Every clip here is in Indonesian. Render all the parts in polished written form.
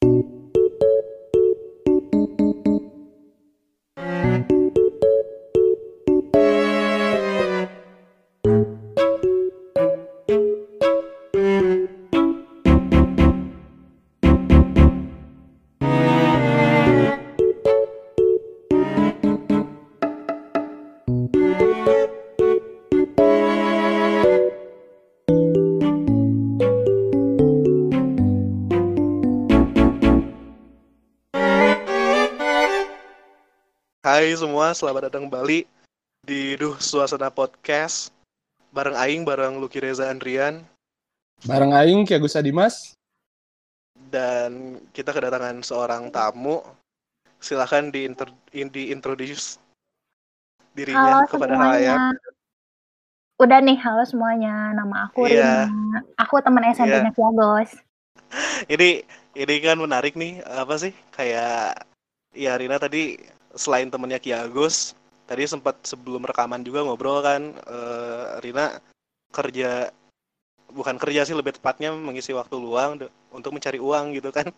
Hai semua, selamat datang kembali di Suasana Podcast. Bareng Aing, bareng Lucky Reza Andrian. Bareng Aing, Ki Agus Adimas. Dan kita kedatangan seorang tamu. Silakan diintroduce dirinya kepada halayak. Udah nih, halo semuanya. Nama aku Rina. Aku teman SMP-nya Ki Agus. Ini kan menarik nih, apa sih? Kayak ya Rina tadi selain temennya Ki Agus, tadi sempat sebelum rekaman juga ngobrol kan, Rina bukan kerja sih, lebih tepatnya mengisi waktu luang untuk mencari uang gitu kan.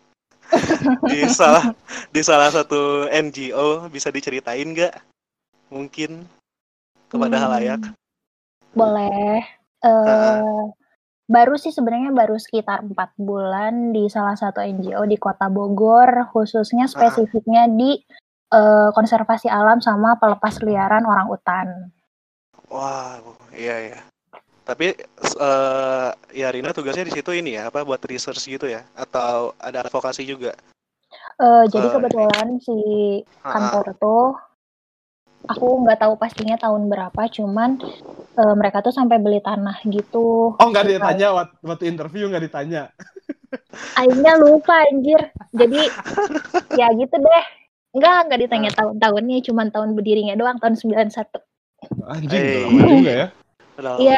di salah satu NGO. Bisa diceritain nggak mungkin kepada halayak? Boleh. Baru sih sebenarnya baru sekitar 4 bulan di salah satu NGO di Kota Bogor, khususnya spesifiknya di konservasi alam sama pelepas liaran orangutan. Wah, iya. Tapi ya Rina tugasnya di situ ini ya, buat research gitu ya? Atau ada advokasi juga? Jadi kebetulan si kantor tuh, aku nggak tahu pastinya tahun berapa, cuman mereka tuh sampai beli tanah gitu. Oh, nggak ditanya waktu interview, nggak ditanya. Akhirnya lupa anjir. Jadi ya gitu deh. Nggak ditanya tahun-tahunnya, cuman tahun berdirinya doang, tahun 91. Anjing, udah lama juga ya. Iya.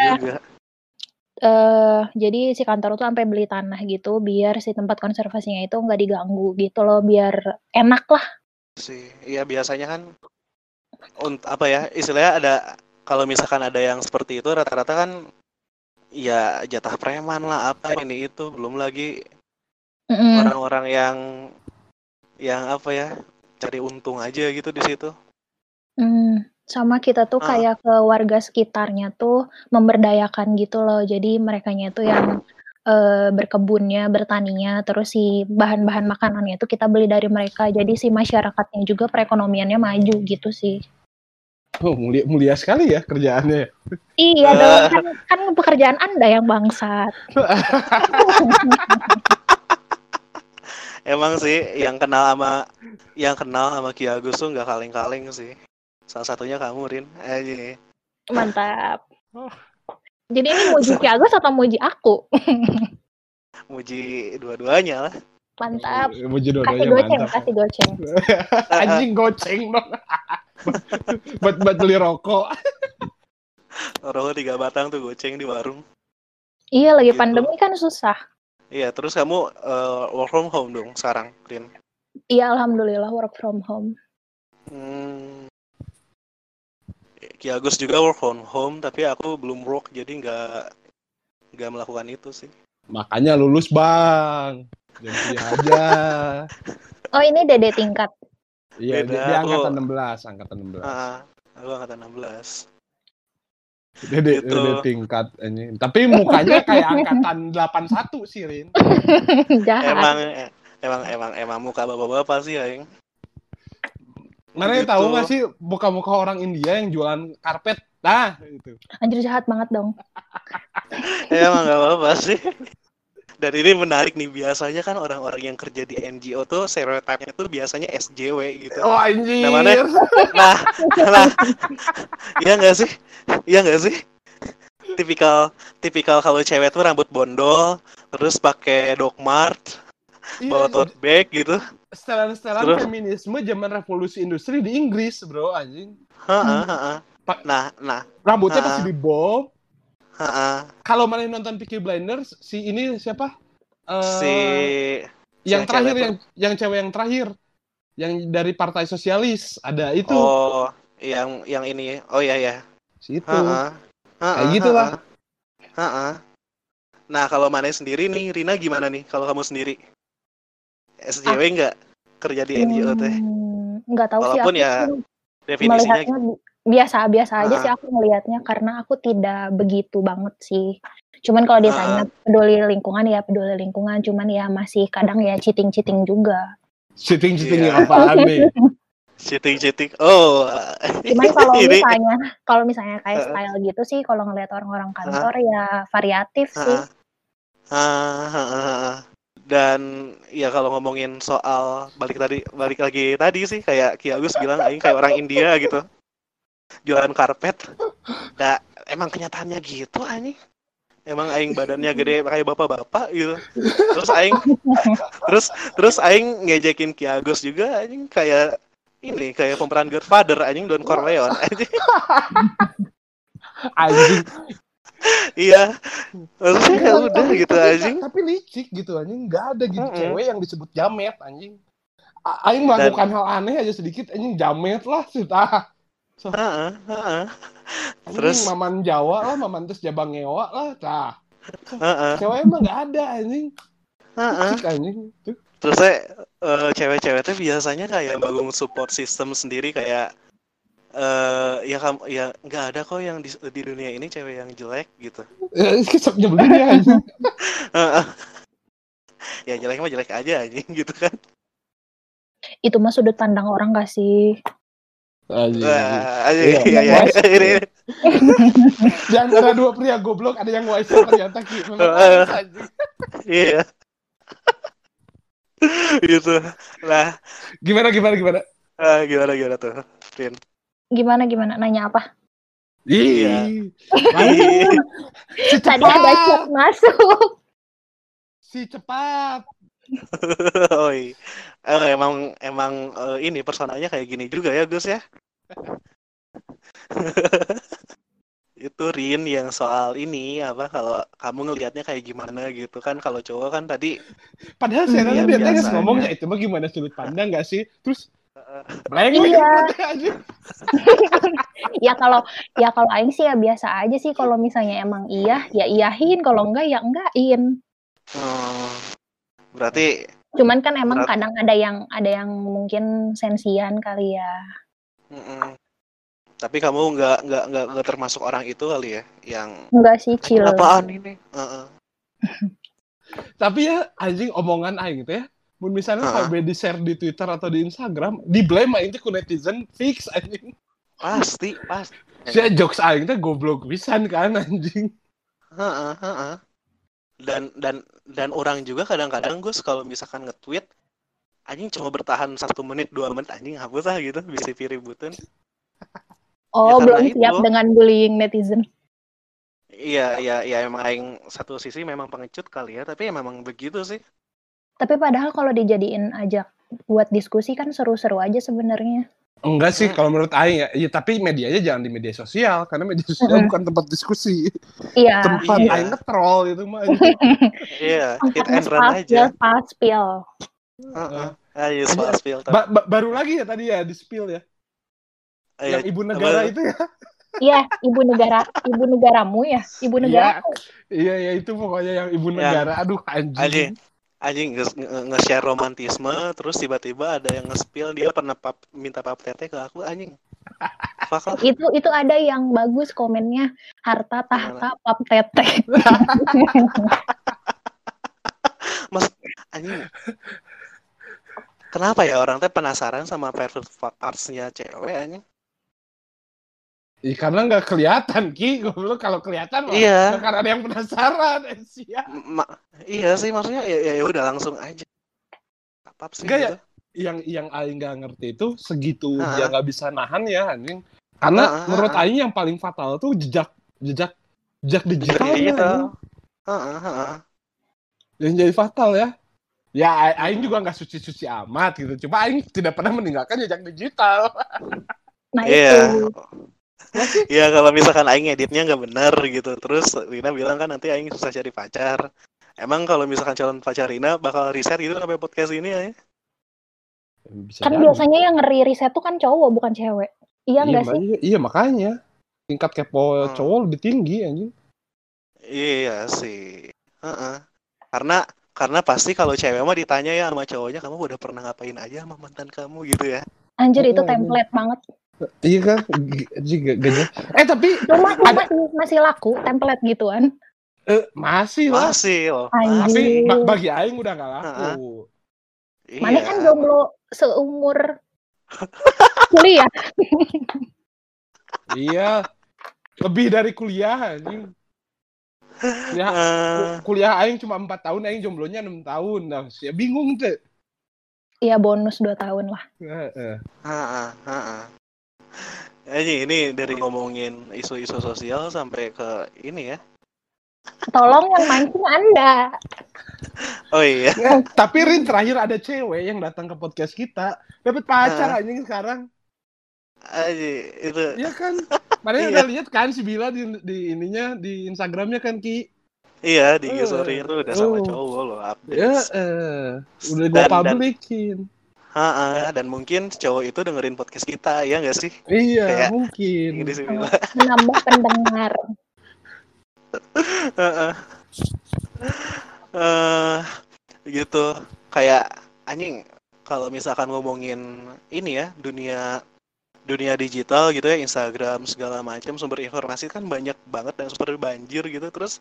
Jadi si kantor tuh sampai beli tanah gitu biar si tempat konservasinya itu nggak diganggu gitu loh, biar enak lah. Iya, biasanya kan istilahnya ada, kalau misalkan ada yang seperti itu rata-rata kan ya jatah preman lah, apa ini itu, belum lagi orang-orang yang cari untung aja gitu di situ. Sama kita tuh kayak ke warga sekitarnya tuh memberdayakan gitu loh. Jadi merekanya tuh yang berkebunnya, bertaninya, terus si bahan-bahan makanannya itu kita beli dari mereka. Jadi si masyarakatnya juga perekonomiannya maju gitu sih. Oh, mulia sekali ya kerjaannya. Iya dong, kan pekerjaan Anda yang bangsat. Emang sih yang kenal sama Ki Agus tuh nggak kaleng-kaleng sih. Salah satunya kamu, Rin. Mantap. Jadi ini muji Ki Agus atau muji aku? Muji dua-duanya lah. Mantap. Muji dua-duanya, kasih goceng. Anjing, goceng dong. buat beli rokok. Rokok 3 batang tuh goceng di warung. Iya, lagi gitu. Pandemi kan susah. Iya, terus kamu work from home dong sekarang, Rin? Iya, alhamdulillah work from home. Ki Agus juga work from home, tapi aku belum work, jadi nggak melakukan itu sih. Makanya lulus, Bang. Jangan aja. Oh, ini Dede tingkat. Iya, dia angkatan 16. Aku angkatan 16. Dede tingkat ini. Tapi mukanya kayak angkatan 81 sih, Rin. Jahat. Emang muka bapak-bapak sih, Aing. Mana gitu. Tahu nggak sih muka-muka orang India yang jualan karpet? Nah, itu. Anjir, jahat banget dong. Emang nggak apa-apa sih. Dan ini menarik nih, biasanya kan orang-orang yang kerja di NGO tuh stereotipnya tuh biasanya SJW gitu. Oh, anjir. Nah, iya nggak sih? Tipikal kalau cewek tuh rambut bondol, terus pakai Dogmart, bawa tote bag gitu. Setelan feminisme zaman revolusi industri di Inggris, bro, anjing. Nah. Rambutnya pasti dibom. Kalau mana nonton Peaky Blinders, si ini siapa? Yang terakhir, yang cewek yang terakhir, yang dari Partai Sosialis, ada itu. Oh, yang ini. Oh iya. Si itu. Kayak gitulah. Nah, kalau mana sendiri nih, Rina gimana nih? Kalau kamu sendiri, SJW nggak kerja di NGO teh? Nggak tahu sih, Walaupun aku ya definisinya melihatnya biasa-biasa aja sih aku melihatnya, karena aku tidak begitu banget sih. Cuman kalau ditanya peduli lingkungan, ya peduli lingkungan, cuman ya masih kadang ya cheating juga. Cheating apaan nih? Cheating. Oh. Cuman kalau misalnya kayak style gitu sih, kalau ngelihat orang-orang kantor ya variatif sih. Dan ya kalau ngomongin soal balik lagi tadi sih, kayak Ki Agus bilang aing kayak orang India gitu. Jualan karpet. Nah, emang kenyataannya gitu anjing. Emang aing badannya gede kayak bapak-bapak gitu. Terus aing ngejekin Ki Agus juga anjing, kayak pemeran Godfather anjing, Don Corleone anjing. Anjing. Iya. Maksudnya ya udah gitu anjing. Tapi licik gitu anjing, enggak ada gitu cewek yang disebut jamet anjing. Aing melakukan hal aneh aja sedikit anjing, jamet lah sudah. Terus maman Jawa lah, maman terus Jabang Ngewa lah, tah. Cewek emang nggak ada anjing. Anjing. Terus cewek-cewek itu biasanya kayak bangun support system sendiri, kayak ya nggak ada kok yang di dunia ini cewek yang jelek gitu. Nyebelin ya anjing. Ya jelek mah jelek aja anjing gitu kan. Itu mah sudut pandang orang gak sih? Iya. Di antara dua pria goblok ada yang wise ternyata Ki. Iya. Gitu. Lah. Gimana? Gimana tuh, Rin? Gimana? Nanya apa? Iya. Tadi ada chat masuk. Si cepat. Oh iya. Emang ini personalnya kayak gini juga ya Gus ya. Itu Rin yang soal ini apa, kalau kamu ngelihatnya kayak gimana gitu kan. Kalau cowok kan tadi padahal saya tadi biasanya ngomongnya itu mah gimana sudut pandang nggak sih, terus iya. ya kalau aing sih ya biasa aja sih, kalau misalnya emang iya ya iyahin, kalau enggak ya enggakin. Berarti cuman kan emang kadang ada yang mungkin sensian kali ya. Tapi kamu nggak termasuk orang itu kali ya, yang enggak sih, chill. Apaan ini? Tapi ya anjing omongan aing gitu ya. Mun misalnya KB di share di Twitter atau di Instagram, di blame aing teh ku netizen fix anjing. Pasti. Saya jokes aing teh goblok pisan kan anjing. Dan orang juga kadang-kadang Gus kalau misalkan nge-tweet anjing cuma bertahan 1 menit 2 menit anjing hapus lah gitu, bisa piributan. Oh, ya, belum siap dengan bullying netizen. Iya, emang aing satu sisi memang pengecut kali ya, tapi ya memang begitu sih. Tapi padahal kalau dijadiin ajak buat diskusi kan seru-seru aja sebenarnya. Enggak sih, kalau menurut aing ya, tapi medianya jangan di media sosial, karena media sosial bukan tempat diskusi. Iya. Tempat aing nge-troll itu mah. Iya, hit and run aja. Spill. Ayo spill. Baru lagi ya tadi ya di spill ya. Yang ibu negara itu ya. Iya, ibu negaramu ya, ibu negara. Iya, itu pokoknya yang ibu negara. Aduh, anjing nge-share romantisme, terus tiba-tiba ada yang nge-spill dia pernah minta pap tete ke aku anjing. Itu ada yang bagus komennya, harta tahta pap tete. Mas anjing. Kenapa ya orang teh penasaran sama private parts-nya cewek anjing? Karena nggak kelihatan Ki, goblok. Kalau kelihatan mah karena ada yang penasaran iya sih, maksudnya ya udah langsung aja. Apa sih gitu? Yang aing nggak ngerti itu segitu dia nggak bisa nahan ya anjing. Karena menurut aing yang paling fatal tuh jejak digitalnya. Yang jadi fatal ya. Ya aing juga nggak suci amat gitu. Cuma aing tidak pernah meninggalkan jejak digital. Nah itu. Ya kalau misalkan aing editnya nggak benar gitu, terus Rina bilang kan nanti aing susah cari pacar. Emang kalau misalkan calon pacar Rina bakal riset gitu sampai podcast ini ya? Kan biasanya yang riset tuh kan cowok bukan cewek. Iya nggak sih? Iya makanya tingkat kepo cowok lebih tinggi anjing. Iya sih. Karena Karena pasti kalau cewek mah ditanya ya sama cowoknya, kamu udah pernah ngapain aja sama mantan kamu gitu ya. Anjir itu template banget. Iya kan? Gajah. Tapi masih laku template gituan. Masih lah. Tapi bagi aing udah gak laku. Mana kan jomblo seumur kuliah. Iya. Lebih dari kuliah anjing. Kuliah aing cuma 4 tahun, aing jomblonya 6 tahun. Nah, saya bingung tuh. Iya, bonus 2 tahun lah. Ini dari ngomongin isu-isu sosial sampai ke ini ya. Tolong yang mancing Anda. Oh iya. Tapi Rin, terakhir ada cewek yang datang ke podcast kita, dapat pacar anjing sekarang. Itu. Iya kan? Makanya udah lihat kan si Bila di ininya di Instagramnya kan Ki. Iya di story itu udah sama cowok loh update. Udah gue publikin. Dan mungkin cowok itu dengerin podcast kita ya nggak sih? Iya kayak, mungkin. Menambah pendengar. Gitu kayak anjing kalau misalkan ngomongin ini ya dunia digital gitu ya, Instagram segala macam sumber informasi kan banyak banget dan super banjir gitu. Terus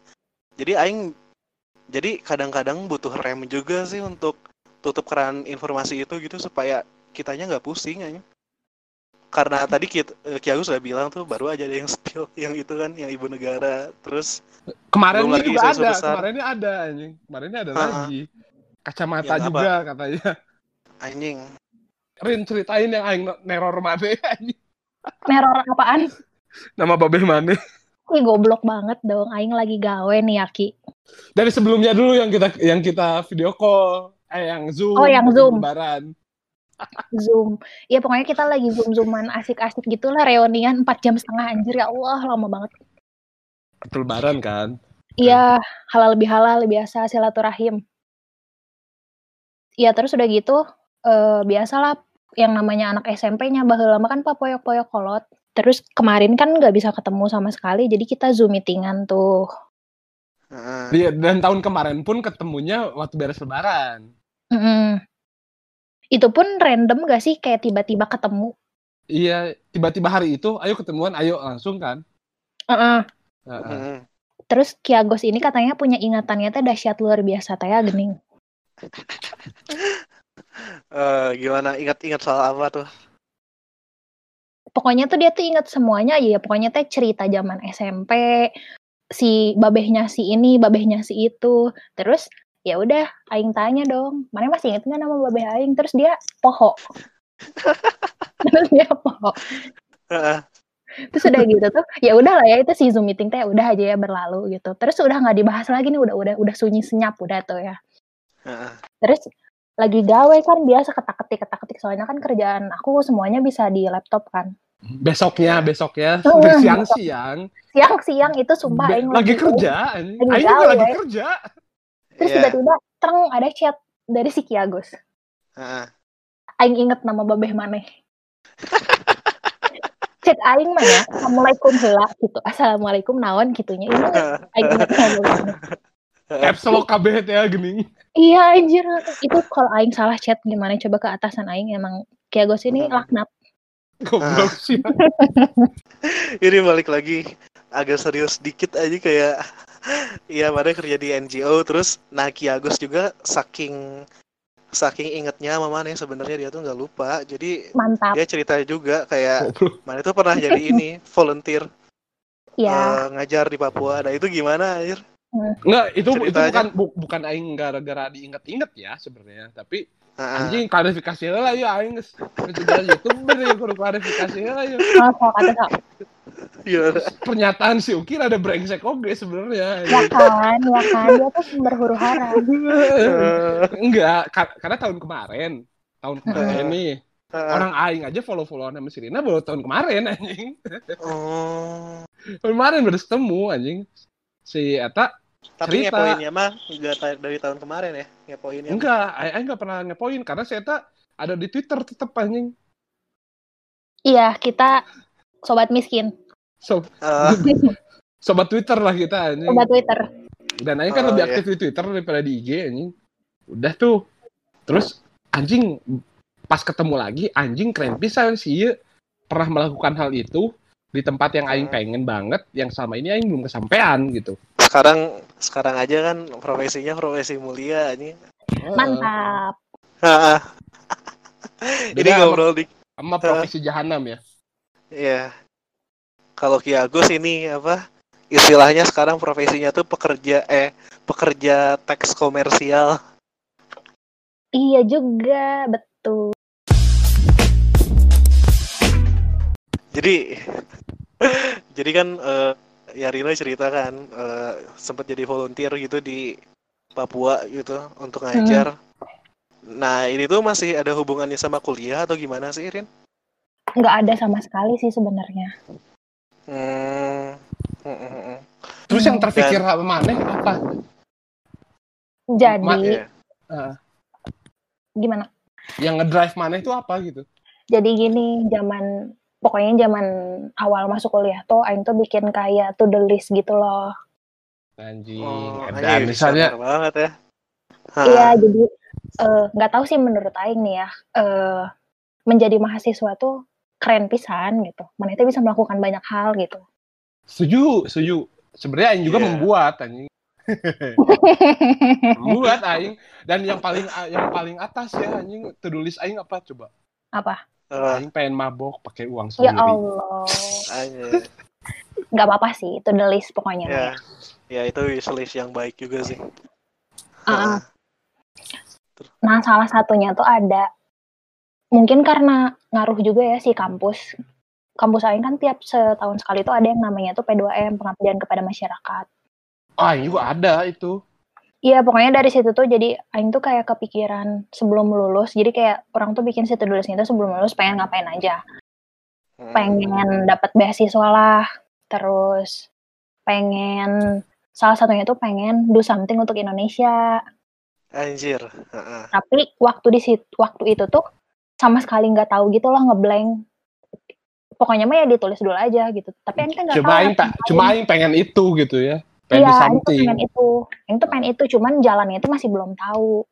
jadi kadang-kadang butuh rem juga sih untuk tutup keran informasi itu gitu supaya kitanya nggak pusing aja. Karena tadi Ki Agus sudah bilang tuh baru aja ada yang spill yang itu kan yang ibu negara. Terus kemarinnya juga ada, kemarinnya ada lagi kacamata yang juga apa? Katanya anjing. Rin ceritain yang aing neror Mane anjing. Neror apaan? Nama babeh Mane. Ih goblok banget dong, aing lagi gawe nih Aki. Dari sebelumnya dulu yang kita video call, yang Zoom. Oh, yang Zoom. Lebaran. Zoom. Ya pokoknya kita lagi Zoom-zooman asik-asik gitulah, reunian 4 jam setengah anjir ya Allah, lama banget. Lebaran kan? Iya, halal biasa silaturahim. Iya, terus udah gitu biasalah yang namanya anak SMP-nya baheula lama kan papoyok-poyok kolot. Terus kemarin kan nggak bisa ketemu sama sekali, jadi kita Zoom meetingan tuh. Iya, dan tahun kemarin pun ketemunya waktu beres Lebaran. Itu pun random gak sih, kayak tiba-tiba ketemu? Iya, tiba-tiba hari itu, ayo ketemuan, ayo langsung kan? Terus Ki Agus ini katanya punya ingatannya teh dahsyat luar biasa teh gening. Gimana ingat soal apa tuh? Pokoknya tuh dia tuh ingat semuanya aja ya. Pokoknya teh cerita zaman SMP, si babehnya si ini, babehnya si itu. Terus ya udah, aing tanya dong, mana masih inget nggak nama babeh aing? Terus dia poho. Terus dia poho. Terus udah gitu tuh, ya udah lah ya itu si Zoom meeting teh udah aja ya berlalu gitu. Terus udah nggak dibahas lagi nih, udah sunyi senyap udah tuh ya. Terus lagi gawe kan biasa ketak-ketik soalnya kan kerjaan aku semuanya bisa di laptop kan. Besoknya siang itu sumpah aing lagi kerja. Aing juga lagi kerja. Terus tiba-tiba terang ada chat dari si Ki Agus. Aing inget nama babeh maneh. Chat aing mah ya, assalamualaikum heula gitu. Assalamualaikum naon gitunya. Ini aing inget nama babeh. Caps lock kabeh teh gening. Iya anjir, itu kalau aing salah chat gimana coba ke atasan aing, emang Ki Agus ini laknat. Goblok sih. Ini balik lagi agak serius dikit aja kayak iya mana kerja di NGO terus Ki Agus juga saking ingetnya sama Mane sebenarnya dia tuh nggak lupa. Jadi mantap. Dia cerita juga kayak Mane tuh pernah jadi ini volunteer ngajar di Papua. Nah itu gimana anjir? Enggak, itu bukan aing gara-gara diinget-inget ya sebenarnya, tapi anjing klarifikasi lah ya aing geus juga YouTuber ya kudu klarifikasi lah ya. Iya. Pernyataan si Ukir ada brengsek oge sebenarnya. Ya kan, dia tuh sumber huru-hara. Enggak, karena tahun kemarin nih orang aing aja follow-followan sama si Rina baru tahun kemarin anjing. Kemarin baru ketemu anjing. Si Eta tapi ngepoinnya mah enggak dari tahun kemarin ya ngepoinnya. Enggak, aing enggak pernah ngepoin karena si Eta ada di Twitter tetep anjing. Iya, kita sobat miskin. Sobat Twitter lah kita anjing. Sobat Twitter. Dan aing kan lebih aktif di Twitter daripada di IG anjing. Udah tuh. Terus anjing pas ketemu lagi anjing keren pisan sih pernah melakukan hal itu di tempat yang aing pengen banget, yang selama ini aing belum kesampean gitu. Sekarang aja kan profesinya profesi mulia ini. Mantap. Ini ngobrol sama profesi jahanam ya. Iya. Kalau Ki Agus ini apa? Istilahnya sekarang profesinya tuh pekerja teks komersial. Iya juga, betul. Jadi kan ya Rino cerita kan sempat jadi volunteer gitu di Papua gitu untuk ngajar. Nah ini tuh masih ada hubungannya sama kuliah atau gimana sih Rin? Nggak ada sama sekali sih sebenarnya. Terus yang terpikir mana apa? Jadi gimana? Yang ngedrive mana itu apa gitu? Jadi gini, pokoknya zaman awal masuk kuliah tuh aing tuh bikin kayak to the list gitu loh. Anjing, dan misalnya banget ya. Iya, jadi nggak tahu sih menurut aing nih ya, menjadi mahasiswa tuh keren pisan gitu. Mana itu bisa melakukan banyak hal gitu. Setuju. Sebenarnya aing juga membuat anjing. Membuat aing, dan yang paling atas ya anjing, to do list aing apa coba? Apa? Aing pengen mabok pakai uang sendiri. Ya Allah. Nggak apa-apa sih, to the list pokoknya. Ya itu wishlist yang baik juga sih. Nah, salah satunya tuh ada, mungkin karena ngaruh juga ya si kampus. Kampus aing kan tiap setahun sekali tuh ada yang namanya tuh P2M, pengabdian kepada masyarakat. Aing juga ada itu. Iya, pokoknya dari situ tuh jadi aing tuh kayak kepikiran sebelum lulus. Jadi kayak orang tuh bikin situ tulisnya itu sebelum lulus pengen ngapain aja. Pengen dapat beasiswa lah. Terus salah satunya tuh pengen do something untuk Indonesia. Anjir. Tapi waktu itu tuh sama sekali nggak tahu gitu loh, ngeblank. Pokoknya mah ya ditulis dulu aja gitu. Tapi aing nggak tahu. Cuma aing pengen itu gitu ya. Iya, aing tuh pengen itu. Aing tuh pengen itu, cuman jalannya itu masih belum tahu.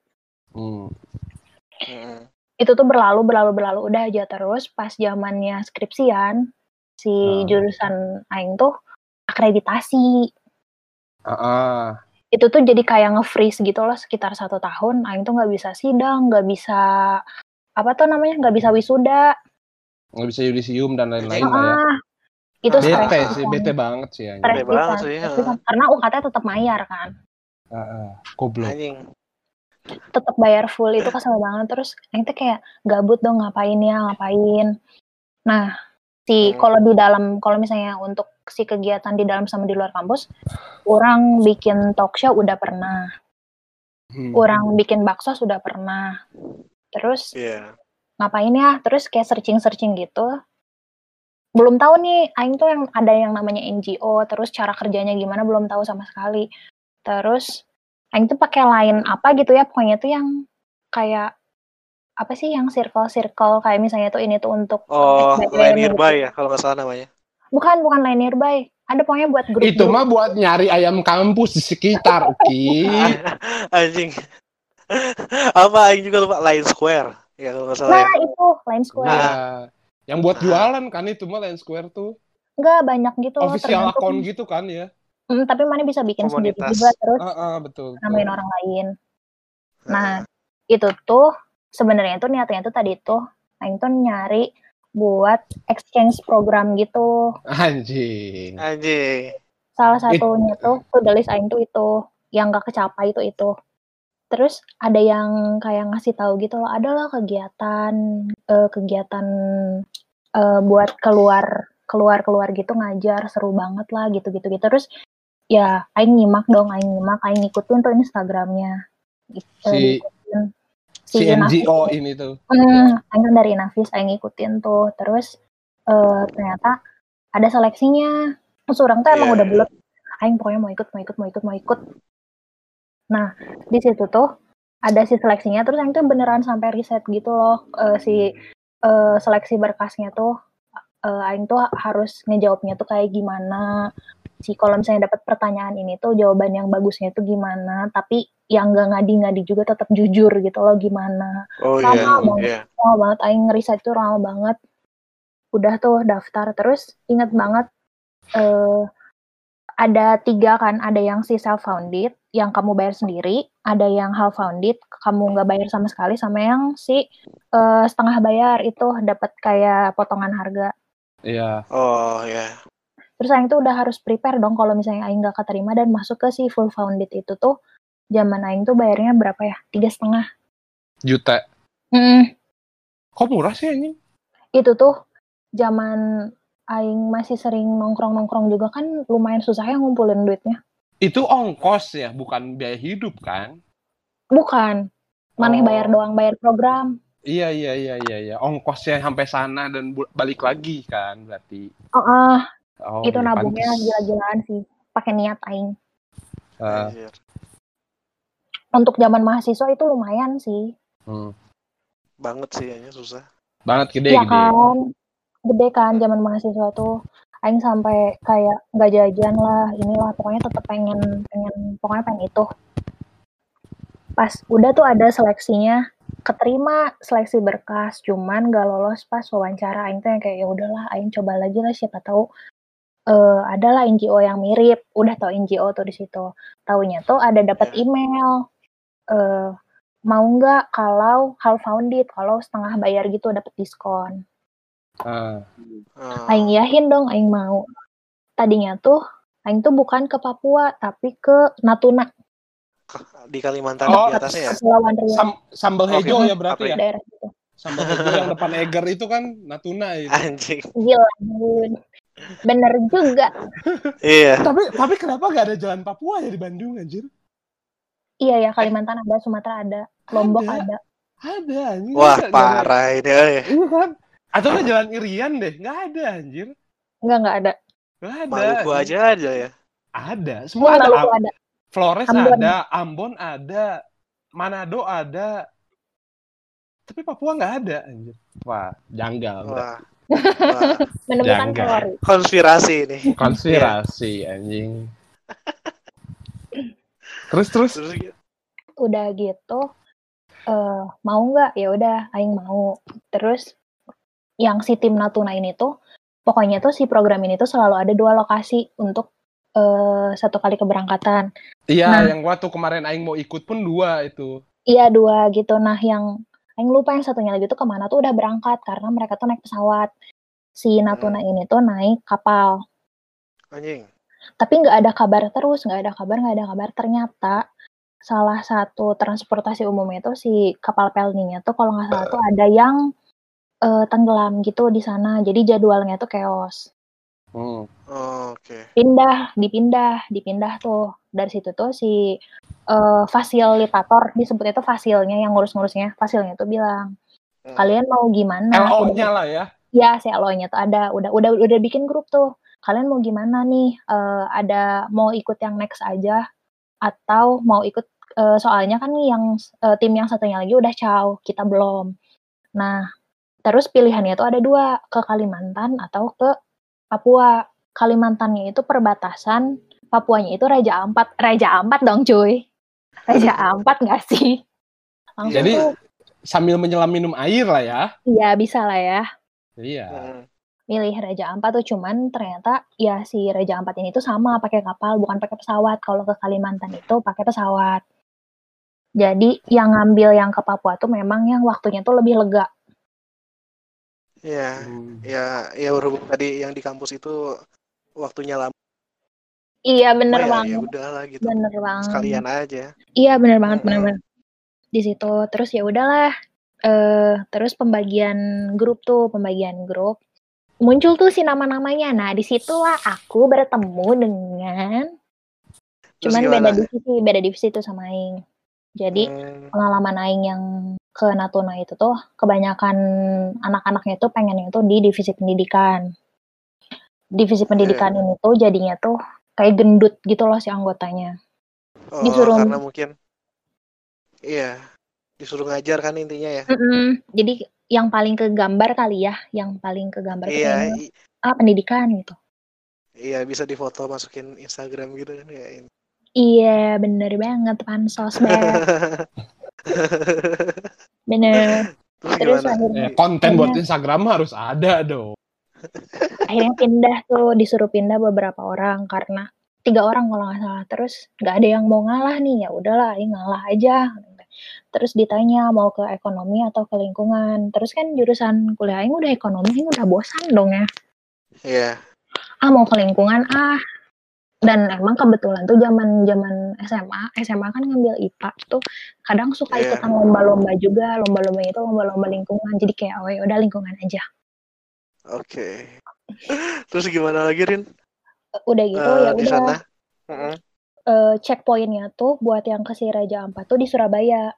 Itu tuh berlalu udah aja. Terus pas zamannya skripsian, si jurusan aing tuh akreditasi. Itu tuh jadi kayak nge-freeze gitu loh sekitar 1 tahun. Aing tuh nggak bisa sidang, nggak bisa nggak bisa wisuda, nggak bisa yudisium dan lain-lain lah ya. Itu bete banget sih. Bete banget sih. Karena UKT tetap bayar kan. Goblok. Tetap bayar full, itu kesel banget. Terus aing tuh kayak gabut dong, ngapain. Nah, kalau misalnya untuk si kegiatan di dalam sama di luar kampus, orang bikin talk show udah pernah. Orang bikin bakso sudah pernah. Terus ngapain ya? Terus kayak searching gitu. Belum tahu nih, aing tuh yang ada yang namanya NGO, terus cara kerjanya gimana belum tahu sama sekali. Terus aing tuh pakai line apa gitu ya, pokoknya tuh yang kayak apa sih yang circle kayak misalnya tuh ini tuh untuk line nearby ya kalau nggak salah namanya. Bukan line nearby. Ada pokoknya buat grup. Itu mah buat nyari ayam kampus di sekitar, Anjing. Apa aing juga lupa, line square. Ya kalau nggak salah. Nah, itu line square. Yang buat jualan kan itu mah Line Square tuh. Enggak, banyak gitu loh. Official account gitu kan ya. Tapi mana bisa bikin komunitas sendiri juga terus betul. Namain orang lain. Nah, itu tuh sebenarnya tuh niatnya tuh tadi tuh aing tuh nyari buat exchange program gitu. Anjing. Salah satunya tuh the list aing tuh itu yang gak kecapai itu. Terus ada yang kayak ngasih tahu gitu loh, adalah kegiatan buat keluar gitu ngajar, seru banget lah gitu. Terus ya aing nyimak, aing ngikutin tuh Instagramnya. Si NGO ini tuh. Aing kan dari Nafis, aing ngikutin tuh. Terus ternyata ada seleksinya. Terus orang tuh emang udah bulet, aing pokoknya mau ikut. Nah, di situ tuh ada si seleksinya, terus aing tuh beneran sampai riset gitu loh, seleksi berkasnya tuh, aing tuh harus ngejawabnya tuh kayak gimana, sih. Kalau misalnya dapat pertanyaan ini tuh jawaban yang bagusnya itu gimana, tapi yang nggak ngadi-ngadi juga tetap jujur gitu loh gimana. Lama banget, aing ngeriset itu lama banget. Udah tuh daftar, terus inget banget ada 3 kan, ada yang si self-founded, yang kamu bayar sendiri, ada yang half-founded, kamu nggak bayar sama sekali, sama yang si setengah bayar itu dapat kayak potongan harga. Iya. Oh ya. Terus aing tuh udah harus prepare dong kalau misalnya aing nggak keterima dan masuk ke si full founded itu tuh, zaman aing tuh bayarnya berapa ya? 3,5 juta. Kok murah sih ini? Itu tuh zaman aing masih sering nongkrong-nongkrong juga kan lumayan susah ya ngumpulin duitnya. Itu ongkos ya, bukan biaya hidup kan? Bukan. Maneh bayar doang, bayar program. Iya. Ongkosnya sampai sana dan balik lagi kan berarti. Itu ya nabungnya gila-gilaan sih. Pakai niat aing. Untuk zaman mahasiswa itu lumayan sih. Banget sih, kayaknya susah. Banget gede. Iya kan. Gede kan zaman mahasiswa tuh. Aing sampai kayak nggak jajan lah, inilah pokoknya tetap pengen itu. Pas udah tuh ada seleksinya, keterima seleksi berkas, cuman nggak lolos pas wawancara. Aing tuh yang kayak ya udahlah, Aing coba lagi lah, siapa tahu adalah NGO yang mirip. Udah tau NGO tuh di situ. Taunya tuh ada dapat email, mau nggak kalau half founded, kalau setengah bayar gitu dapat diskon. Aing yahin dong, Aing mau. Tadinya tuh Aing tuh bukan ke Papua tapi ke Natuna. Di Kalimantan di atasnya ya? Sambal hijau ya berarti ya? Daerah itu. Sambal hijau yang depan Eger itu kan Natuna itu. Anjing. Gila, bener juga. Iya. Tapi kenapa gak ada jalan Papua ya di Bandung anjir? Iya ya, Kalimantan ada, Sumatera ada, Lombok ada. Ada. Wah, parah ini. Iya kan? Atau nggak jalan Irian deh, nggak ada anjir. Nggak ada. Nggak ada. Maluku aja ya. Ada, semua ada. Maluku ada. Flores ada, Ambon ada, Manado ada. Tapi Papua nggak ada anjir. Wah, janggal. Wah. Menemukan teori. Konspirasi ini. Konspirasi anjing. Terus. Udah gitu. Mau nggak? Ya udah, aing mau. Terus yang si tim Natuna ini tuh pokoknya tuh si program ini tuh selalu ada 2 lokasi untuk 1 kali keberangkatan. Iya, yang waktu kemarin aing mau ikut pun 2 itu. Iya 2 gitu. Nah yang aing lupa yang satunya lagi tuh kemana tuh udah berangkat karena mereka tuh naik pesawat. Si Natuna ini tuh naik kapal. Anjing. Tapi nggak ada kabar terus, nggak ada kabar. Ternyata salah satu transportasi umumnya tuh si kapal pelninya tuh kalau nggak salah tuh ada yang tenggelam gitu di sana. Jadi jadwalnya tuh chaos. Oke. Dipindah tuh. Dari situ tuh si fasilitator, disebutnya tuh fasilnya yang ngurus-ngurusnya, fasilnya tuh bilang, kalian mau gimana? LO-nya lah ya. Ya, si LO-nya tuh ada, udah bikin grup tuh. Kalian mau gimana nih? Ada mau ikut yang next aja atau mau ikut soalnya kan yang tim yang satunya lagi udah caw, kita belum. Nah, terus pilihannya tuh ada 2, ke Kalimantan atau ke Papua. Kalimantannya itu perbatasan, Papuanya itu Raja Ampat dong cuy. Raja Ampat nggak sih? Langsung jadi tuh, sambil menyelam minum air lah ya. Iya bisa lah ya. Iya. Milih Raja Ampat tuh, cuman ternyata ya si Raja Ampat ini tuh sama pakai kapal bukan pakai pesawat. Kalau ke Kalimantan itu pakai pesawat. Jadi yang ngambil yang ke Papua tuh memang yang waktunya tuh lebih lega. Ya berhubung tadi yang di kampus itu waktunya lama. Iya bener banget. Ya udahlah gitu. Bener banget. Sekalian aja. Iya bener banget bener. Di situ terus ya udahlah. Terus pembagian grup. Muncul tuh si nama-namanya. Nah disitulah aku bertemu dengan. Cuman beda divisi tuh sama Aing. Jadi pengalaman Aing yang ke Natuna itu tuh kebanyakan anak-anaknya tuh pengennya tuh di divisi pendidikan. Divisi pendidikan ini tuh jadinya tuh kayak gendut gitu loh si anggotanya. Disuruh karena mungkin disuruh ngajar kan intinya ya. Jadi yang paling kegambar kali ya, pendidikan gitu. Iya, bisa difoto masukin Instagram gitu kan ya. Iya, bener banget pansos banget. Bener. Terus akhirnya konten buat Instagram harus ada dong. Akhirnya pindah tuh, disuruh pindah beberapa orang karena 3 orang kalau nggak salah. Terus nggak ada yang mau ngalah nih, ya udahlah, Aing ngalah aja. Terus ditanya mau ke ekonomi atau ke lingkungan. Terus kan jurusan kuliah Aing udah ekonomi, Aing udah bosan dong ya. Iya. Mau ke lingkungan dan emang kebetulan tuh zaman SMA kan ngambil IPA tuh kadang suka ikutan lomba-lomba juga, lomba-lomba itu lomba-lomba lingkungan. Jadi kayak oh ya udah lingkungan aja. Oke. Terus gimana lagi, Rin? Udah gitu ya di udah. Sana? Checkpointnya tuh buat yang ke si Raja Ampat tuh di Surabaya.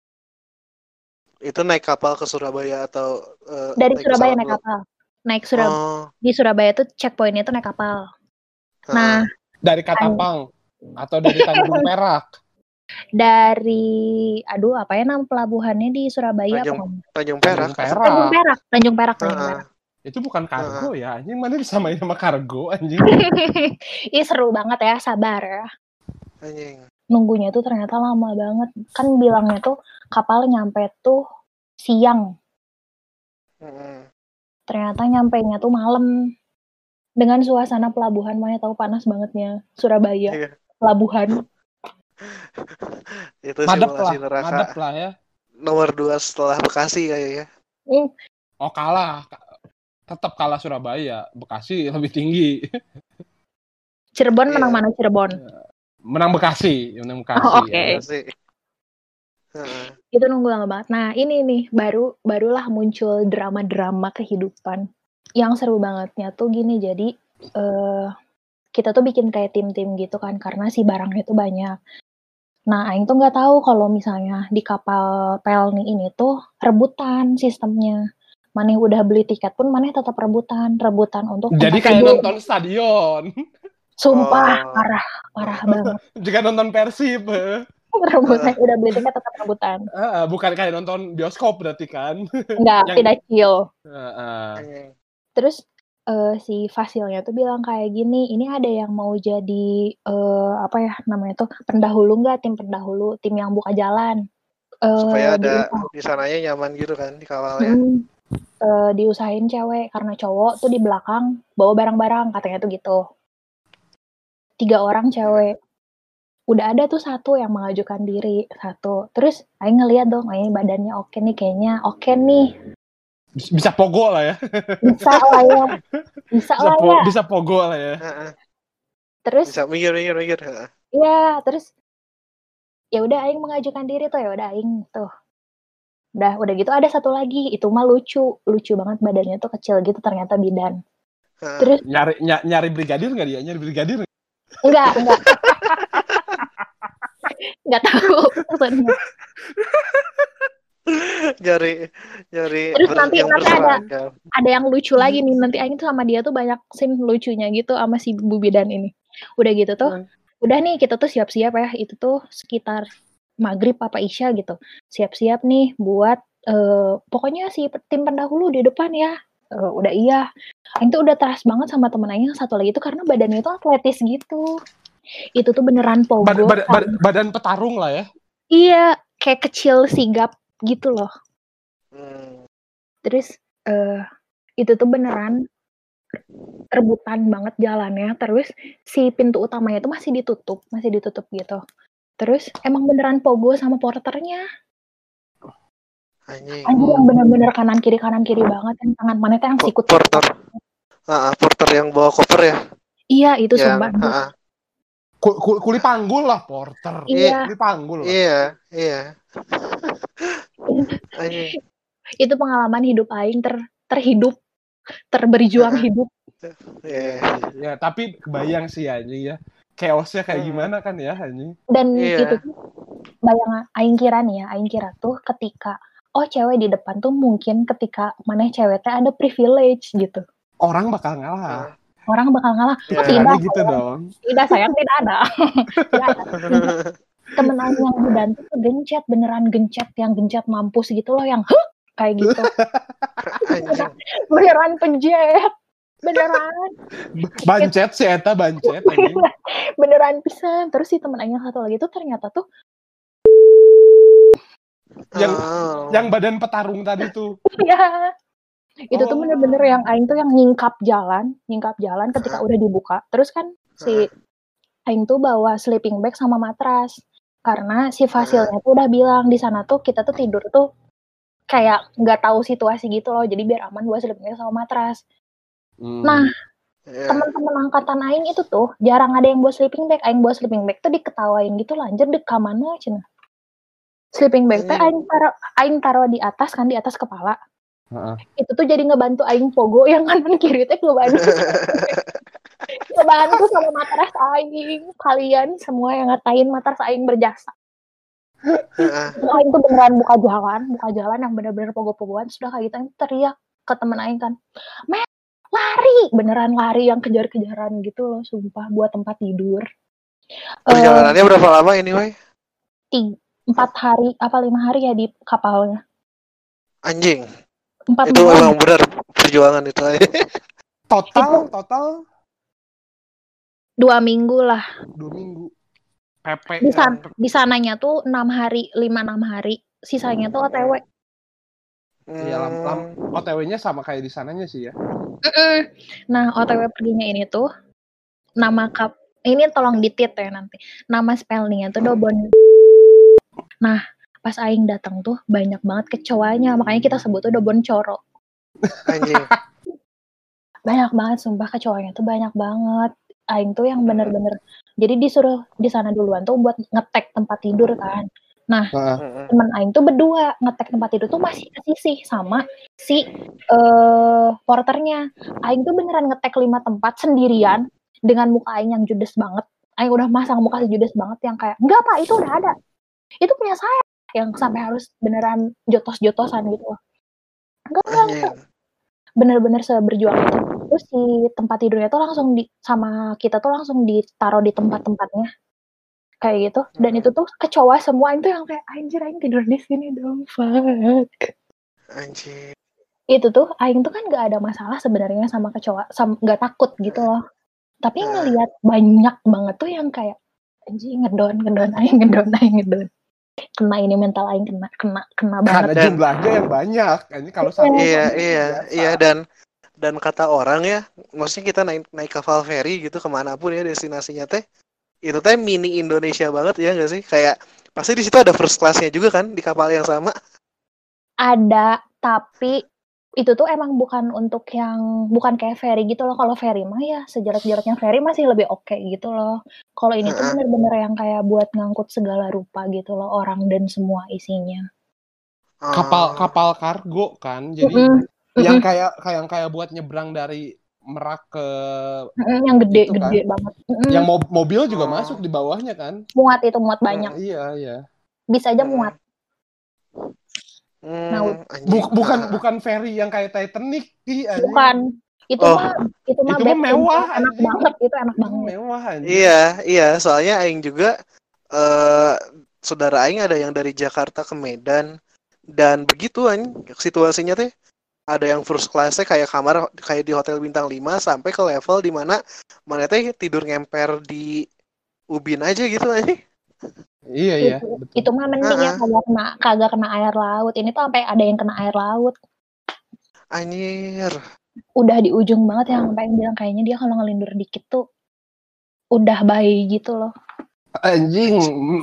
Itu naik kapal ke Surabaya atau dari Surabaya naik kapal. Di Surabaya tuh checkpointnya tuh naik kapal. Nah, dari Katapang atau dari Tanjung Perak? Dari apa ya nama pelabuhannya di Surabaya? Tanjung Perak. Tanjung Perak. Itu bukan kargo ya, anjing mana disamain sama kargo anjing. Ih seru banget ya, sabar ya. Anjing. Nunggunya tuh ternyata lama banget. Kan bilangnya tuh kapal nyampe tuh siang. Ternyata nyampainya tuh malam. Dengan suasana pelabuhan, mana tahu panas bangetnya Surabaya. Pelabuhan. Itu simulasi neraka. Madep lah ya. Nomor 2 setelah Bekasi kayaknya. Oh kalah. Tetap kalah Surabaya. Bekasi lebih tinggi. Cirebon menang mana Cirebon? Menang Bekasi. Oke. Itu nunggu lama banget. Nah ini nih barulah muncul drama-drama kehidupan. Yang seru bangetnya tuh gini, jadi kita tuh bikin kayak tim-tim gitu kan karena si barangnya tuh banyak. Nah, Aing tuh nggak tahu kalau misalnya di kapal Pelni ini tuh rebutan sistemnya. Maneh udah beli tiket pun maneh tetap rebutan untuk jadi kayak tidur. Nonton stadion. Sumpah parah banget. Jika nonton Persib. Rebutan udah beli tiket tetap rebutan. Bukan kayak nonton bioskop berarti kan? Enggak, tidak chill. Terus si Fasilnya tuh bilang kayak gini, ini ada yang mau jadi apa ya namanya tuh pendahulu nggak, tim pendahulu, tim yang buka jalan. Supaya ada di sananya nyaman gitu kan di kawalnya. Diusahain cewek karena cowok tuh di belakang bawa barang-barang katanya tuh gitu. 3 orang cewek. Udah ada tuh 1 yang mengajukan diri, 1. Terus Aing ngeliat dong, ini badannya oke nih kayaknya, oke nih. Bisa pogo lah ya. Bisa lah ya. Bisa pogo lah ya. Terus bisa mikir. Iya, terus ya udah Aing mengajukan diri tuh, ya udah Aing tuh. Udah gitu ada 1 lagi, itu mah lucu banget badannya tuh kecil gitu ternyata bidan. Terus nyari brigadir enggak dia? Nyari brigadir? Enggak. Enggak tahu maksudnya. Nyari terus nanti ada yang lucu lagi nih, nanti Aing tuh sama dia tuh banyak scene lucunya gitu sama si Bu Bidan ini. Udah gitu tuh udah nih kita tuh siap-siap ya, itu tuh sekitar maghrib apa isya gitu, siap-siap nih buat pokoknya si tim pendahulu di depan ya. Udah iya, Aing tuh udah trust banget sama temen Aing yang 1 lagi tuh karena badannya tuh atletis gitu. Itu tuh beneran pogo. Badan petarung lah ya. Iya, kayak kecil sigap gitu loh. Terus itu tuh beneran rebutan banget jalannya. Terus si pintu utamanya tuh masih ditutup gitu. Terus emang beneran pogo sama porternya. Anjir yang bener-bener kanan kiri banget, yang tangan mana tuh yang sikut. Porter yang bawa koper ya. Iya, itu sumpah. Kuli panggul lah porter. Iya. Kuli panggul. Iya. Itu pengalaman hidup Aing berjuang hidup. Ya, tapi kebayang sih anjing ya. Chaosnya kayak gimana kan ya anjing. Dan itu tuh bayang Aing kira tuh ketika cewek di depan tuh mungkin ketika mana ceweknya ada privilege gitu. Orang bakal ngalah. Ya, tidak gitu sayang. Dong. Tidak sayang, tidak ada. Temen Aing yang bidan tuh gencet, beneran gencet, yang gencet mampus gitu loh, yang kayak gitu. Beneran penjet. Beneran. Bancet sih eta bancet anjing. Beneran pisan. Terus si temen aing yang satu lagi tuh ternyata tuh yang badan petarung tadi tuh. Iya. Itu tuh bener-bener yang aing tuh yang nyingkap jalan ketika udah dibuka. Terus kan si aing tuh bawa sleeping bag sama matras. Karena si fasilnya tuh udah bilang di sana tuh kita tuh tidur tuh kayak nggak tahu situasi gitu loh. Jadi biar aman bawa sleeping bag sama matras. Nah, teman-teman angkatan aing itu tuh jarang ada yang bawa sleeping bag. Aing bawa sleeping bag tuh diketawain gitu lah. Anjir dek ka mana cenah. Sleeping bag teh aing taruh di atas kan, di atas kepala. Itu tuh jadi ngebantu aing pogo yang kanan kiri teh ngebantu sama matras aing. Kalian semua yang ngatain matras aing berjasa. Aing tuh beneran buka jalan yang bener-bener pogo-pogoan. Sudah kayak gitu aing teriak ke temen aing kan, lari, beneran lari yang kejar-kejaran gitu loh, sumpah, buat tempat tidur. Perjalanannya berapa lama ini, Wei? 4 hari apa 5 hari ya di kapalnya. Anjing. 4 itu minggu. Emang benar perjuangan itu. Total 2 minggu lah. 2 minggu. Di sananya tuh 6 hari, 5-6 hari. Sisanya tuh OTW. Iya, OTW-nya sama kayak di sananya sih ya. Nah, OTW perginya ini tuh nama ini tolong ditit ya nanti. Nama spellingnya tuh Dobon. Nah, pas aing datang tuh banyak banget kecoanya, makanya kita sebut tuh Dobon Coro. Anjing. Banyak banget sumpah, kecoanya tuh banyak banget. Aing tuh yang bener-bener jadi disuruh di sana duluan tuh buat ngetek tempat tidur kan. Nah, teman aing tuh berdua ngetek tempat tidur tuh masih kesisih sama si porternya. Aing tuh beneran ngetek 5 tempat sendirian dengan muka aing yang judes banget. Aing udah masang muka judes banget yang kayak, enggak Pak, itu udah ada. Itu punya saya, yang sampai harus beneran jotos-jotosan gitu loh. Enggak. Bener-bener seberjuang itu. Terus si tempat tidurnya tuh langsung sama kita tuh langsung ditaruh di tempat-tempatnya. Kayak gitu. Dan itu tuh kecoa semua, itu yang kayak anjir aing tidur di sini dong, fuck. Anjir. Itu tuh aing tuh kan gak ada masalah sebenarnya sama kecoa, gak takut gitu loh. Tapi ngelihat banyak banget tuh yang kayak anjing ngedon aing. Kena ini mental aing kena banget. Karena jumlahnya yang banyak. Ini kalau satu iya dan kata orang ya, maksudnya kita naik kapal feri gitu kemanapun ya destinasinya teh, itu teh mini Indonesia banget ya nggak sih? Kayak pasti di situ ada first class-nya juga kan di kapal yang sama. Ada, tapi itu tuh emang bukan kayak ferry gitu loh. Kalau ferry mah ya sejarak-jaraknya ferry masih lebih oke gitu loh. Kalau ini tuh bener-bener yang kayak buat ngangkut segala rupa gitu loh, orang dan semua isinya. Kapal kargo kan, jadi yang kayak buat nyebrang dari Merak ke yang gede kan? Banget. Yang mobil juga masuk di bawahnya kan? Muat banyak. Iya. Bisa aja muat. Nah, bukan ferry yang kayak Titanic sih. Bukan. Itu mah mewah. Enak banget, itu enak banget. Mewah anjing. Iya, soalnya aing juga saudara aing ada yang dari Jakarta ke Medan dan begitu situasinya teh. Ada yang first class-nya kayak kamar kayak di hotel bintang 5 sampai ke level di mana teh tidur ngemper di ubin aja gitu aja. Iya. Itu mah mending ya kagak kena air laut. Ini tuh sampai ada yang kena air laut. Anjir. Udah di ujung banget yang sampai bilang kayaknya dia kalau ngelindur dikit tuh udah bayi gitu loh. Anjing.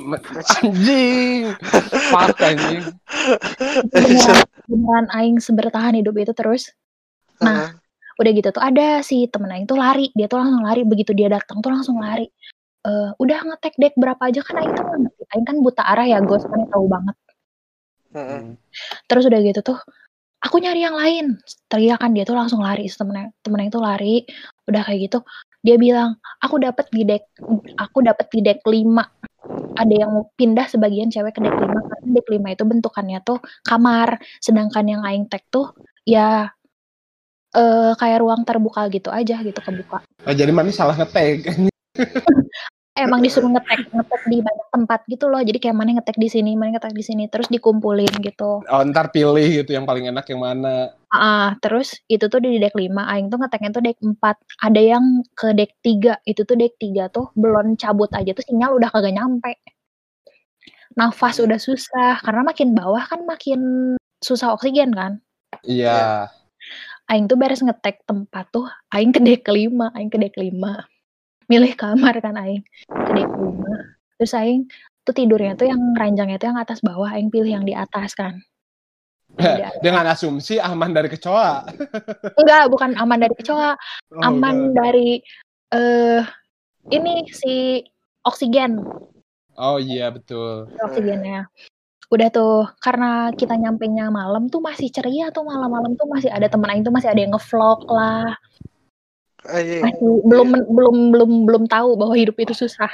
Fuck anjing. Beneran aing sebertahan hidup itu terus. Nah, udah gitu tuh ada si temen aing tuh lari. Dia tuh langsung lari. Begitu dia datang tuh langsung lari. Udah ngetek dek berapa aja kan aing tuh ngerti. Aing kan buta arah ya, ghost kan tahu banget. Terus udah gitu tuh aku nyari yang lain. Teriakan dia tuh langsung lari. Temen aing tuh lari. Udah kayak gitu dia bilang, aku dapat di dek 5. Ada yang pindah sebagian cewek ke dek 5 karena dek 5 itu bentukannya tuh kamar. Sedangkan yang aing tek tuh ya kayak ruang terbuka gitu aja gitu, kebuka. Jadi mana salah ngetek. Emang disuruh ngetek di banyak tempat gitu loh. Jadi kayak mana ngetek di sini, terus dikumpulin gitu. Ntar pilih gitu yang paling enak yang mana. Terus itu tuh di deck 5, aing tuh ngeteknya tuh deck 4. Ada yang ke deck 3, itu tuh deck 3 tuh belum cabut aja tuh sinyal udah kagak nyampe. Nafas udah susah, karena makin bawah kan makin susah oksigen kan. Iya. Aing tuh beres ngetek tempat tuh, aing ke deck 5, milih kamar kan aing, ke deck 5. Terus aing tuh tidurnya tuh yang ranjangnya tuh yang atas bawah, aing pilih yang di atas kan. Dengan asumsi aman dari kecoa. Enggak, bukan aman dari kecoa. Aman dari ini si oksigen. Oh iya, betul. Oksigennya. Udah tuh, karena kita nyampenya malam tuh masih ceria tuh, malam-malam tuh masih ada temen aing tuh masih ada yang nge-vlog lah. Masih belum tahu bahwa hidup itu susah.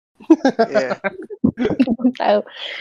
Belum tahu.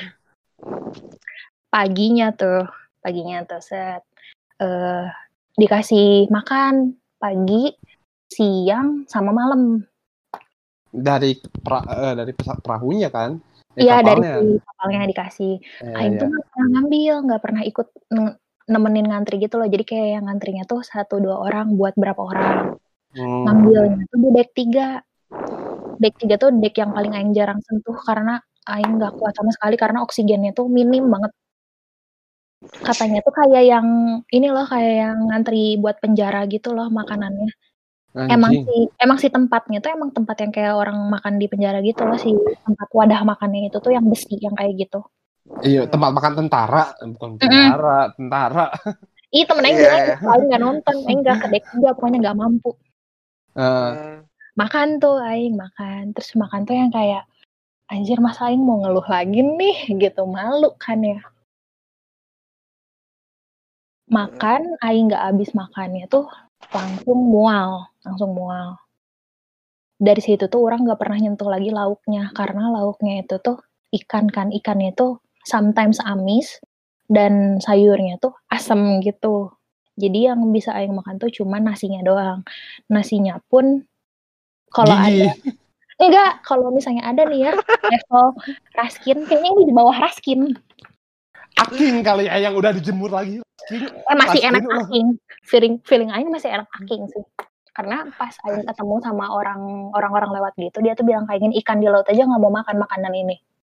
Paginya tuh set dikasih makan pagi, siang, sama malam. Dari perahunya kan? Iya, dari kapalnya dikasih. Aing tuh nggak pernah ngambil, nggak pernah ikut nemenin ngantri gitu loh. Jadi kayak yang ngantrinya tuh 1-2 orang buat berapa orang. Ngambilnya tuh di deck 3. Deck 3 tuh deck yang paling aing jarang sentuh karena aing nggak kuat sama sekali karena oksigennya tuh minim banget. Katanya tuh kayak yang ini loh, kayak yang ngantri buat penjara gitu loh makanannya. Emang sih tempatnya tuh emang tempat yang kayak orang makan di penjara gitu loh, si tempat wadah makannya itu tuh yang besi yang kayak gitu. Iya, tempat makan tentara, bukan penjara, tentara. Ih, temen aing bilang aing nggak nonton, aing nggak ke deck 3, pokoknya nggak mampu. Makan tuh aing makan, terus makan tuh yang kayak anjir masa aing mau ngeluh lagi nih gitu, malu kan ya. Makan, aing nggak habis makannya tuh langsung mual. Dari situ tuh orang nggak pernah nyentuh lagi lauknya karena lauknya itu tuh ikannya tuh sometimes amis dan sayurnya tuh asam gitu. Jadi yang bisa aing makan tuh cuma nasinya doang. Nasinya pun kalau ada kalau misalnya ada nih ya level raskin, kayaknya ini di bawah raskin. Aking kali ya yang udah dijemur lagi. Masih enak aking. Feeling aing masih enak aking sih. Karena pas aing ketemu sama orang-orang lewat gitu, dia tuh bilang kayak gini, ikan di laut aja nggak mau makan makanan ini.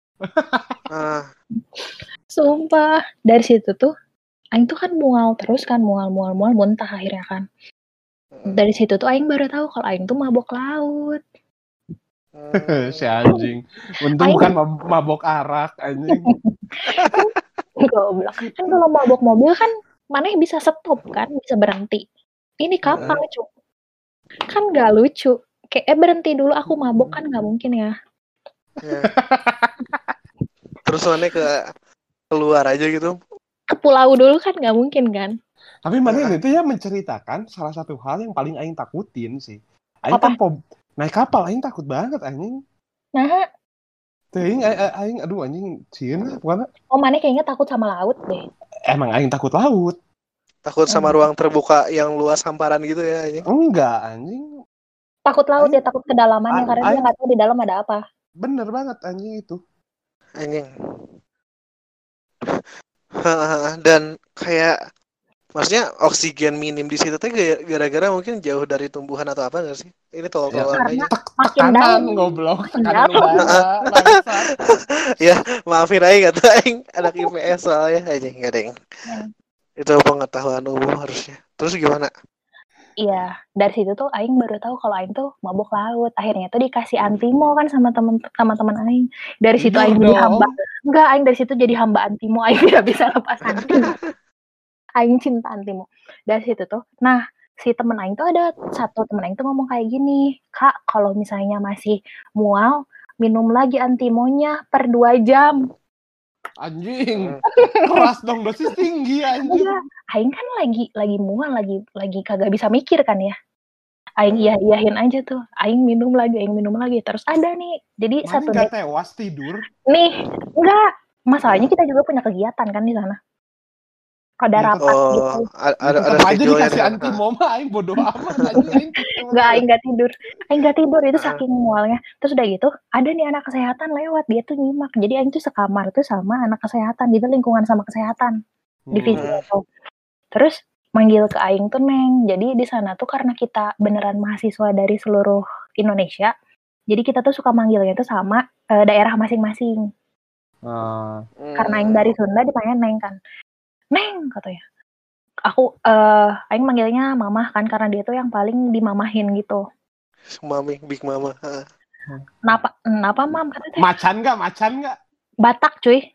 Sumpah, dari situ tuh aing tuh kan mual terus kan, mual muntah akhirnya kan. Dari situ tuh aing baru tahu kalau aing tuh mabok laut. Si anjing. Untung bukan mabok arak anjing. Goblok. Kan kalau mabok mobil kan maneh bisa stop kan, bisa berhenti. Ini kapal, Cuk. Kan gak lucu. Kayak berhenti dulu aku mabok kan gak mungkin ya. Terus maneh keluar aja gitu. Ke pulau dulu kan gak mungkin kan. Tapi maneh itu ya menceritakan salah satu hal yang paling aing takutin sih. Aing kan naik kapal aing takut banget anjing. Nah, aing aduh anjing cieun bukan? Oh, maneh kayaknya takut sama laut deh. Emang aing takut laut. Takut sama ruang terbuka yang luas hamparan gitu ya anjing? Enggak anjing. Takut laut ya, takut kedalamannya karena dia nggak tahu di dalam ada apa. Bener banget anjing itu. Anjing. Dan kayak maksudnya oksigen minim di situ tuh gara-gara mungkin jauh dari tumbuhan atau apa nggak sih? Ini tolong aja. Tekanan goblok, tekanan udara. Ya, maafin aja kata aing anak IPS soalnya anjing enggak deng. Itu pengetahuan umum harusnya. Terus gimana? Iya, dari situ tuh aing baru tahu kalau aing tuh mabok laut. Akhirnya tuh dikasih antimo kan sama teman-teman aing. Dari situ aing jadi hamba. Enggak, aing dari situ jadi hamba antimo. Aing tidak bisa lepas antimo. Aing cinta antimo. Dari situ tuh, nah si temen aing tuh ada satu temen aing tuh ngomong kayak gini, Kak, kalau misalnya masih mual, minum lagi antimonya per 2 jam. Anjing, keras dong, dosis tinggi anjing. Iya, aing kan lagi mual, lagi kagak bisa mikir kan ya. Aing iyahin aja tuh, aing minum lagi, terus ada nih. Jadi mana satu nggak tewas tidur? Nih, enggak. Masalahnya kita juga punya kegiatan kan di sana. Ada rapat gitu. Ada aja dikasih antimo mah aing bodoh amat anjing. Aing enggak tidur itu saking mualnya. Terus udah gitu, ada nih anak kesehatan lewat, dia tuh nyimak. Jadi aing tuh sekamar tuh sama anak kesehatan, gitu lingkungan sama kesehatan. Divisi itu. Terus manggil ke aing tuh Neng. Jadi di sana tuh karena kita beneran mahasiswa dari seluruh Indonesia, jadi kita tuh suka manggilnya tuh sama daerah masing-masing. Karena aing dari Sunda dipanggil Neng kan. Neng katanya. Aku aing manggilnya Mama kan karena dia tuh yang paling dimamahin gitu. Mami, Big Mama. Kenapa Mam katanya? Macan enggak? Batak cuy.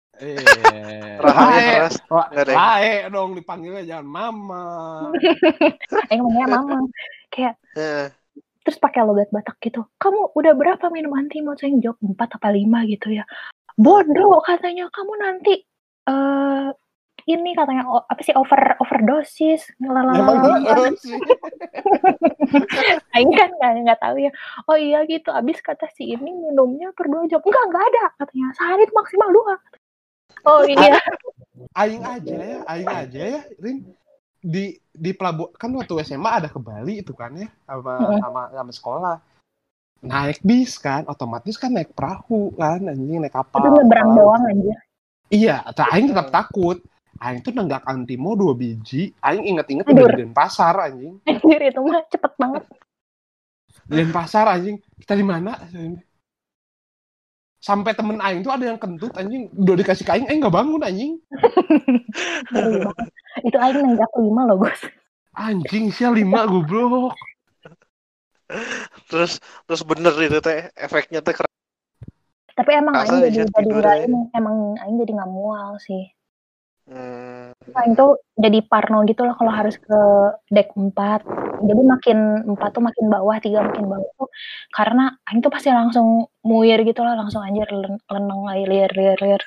Lae dong dipanggilnya jangan Mama. Aing ngomongnya Mama. Kayak terus pakai logat Batak gitu. Kamu udah berapa minum anti-mood? Saya jawab 4 apa 5 gitu ya. Bodoh katanya, kamu nanti ini katanya apa sih overdosis. Aing kan nggak tahu ya. Oh iya gitu. Abis kata si ini minumnya per 2 jam. Enggak ada katanya. Sehari maksimal 2. Oh iya. Aing aja ya, Rin. Di pelabuhan kan waktu SMA ada ke Bali itu kan ya sama sekolah. Naik bis kan, otomatis kan naik perahu kan, anjing naik kapal. Itu nyebrang doang aja. Iya, aing tetap takut. Aing tuh nenggak antimo 2 biji. Aing inget-inget udah di Denpasar anjing. Anjir itu mah cepet banget. Di Denpasar anjing. Kita di mana? Sampai temen aing tuh ada yang kentut anjing. Udah dikasih ke aing enggak bangun anjing. Itu aing nenggak 5 loh, Gus. Anjing sia 5 goblok. Terus bener itu teh efeknya teh keren. Tapi emang aing jadi enggak ini, emang aing jadi enggak mual sih. Aing tuh jadi parno gitu loh kalau harus ke dek 4. Jadi makin 4 tuh makin bawah, 3 makin bawah tuh karena aing tuh pasti langsung muir gitu loh, langsung anjir leneng lir.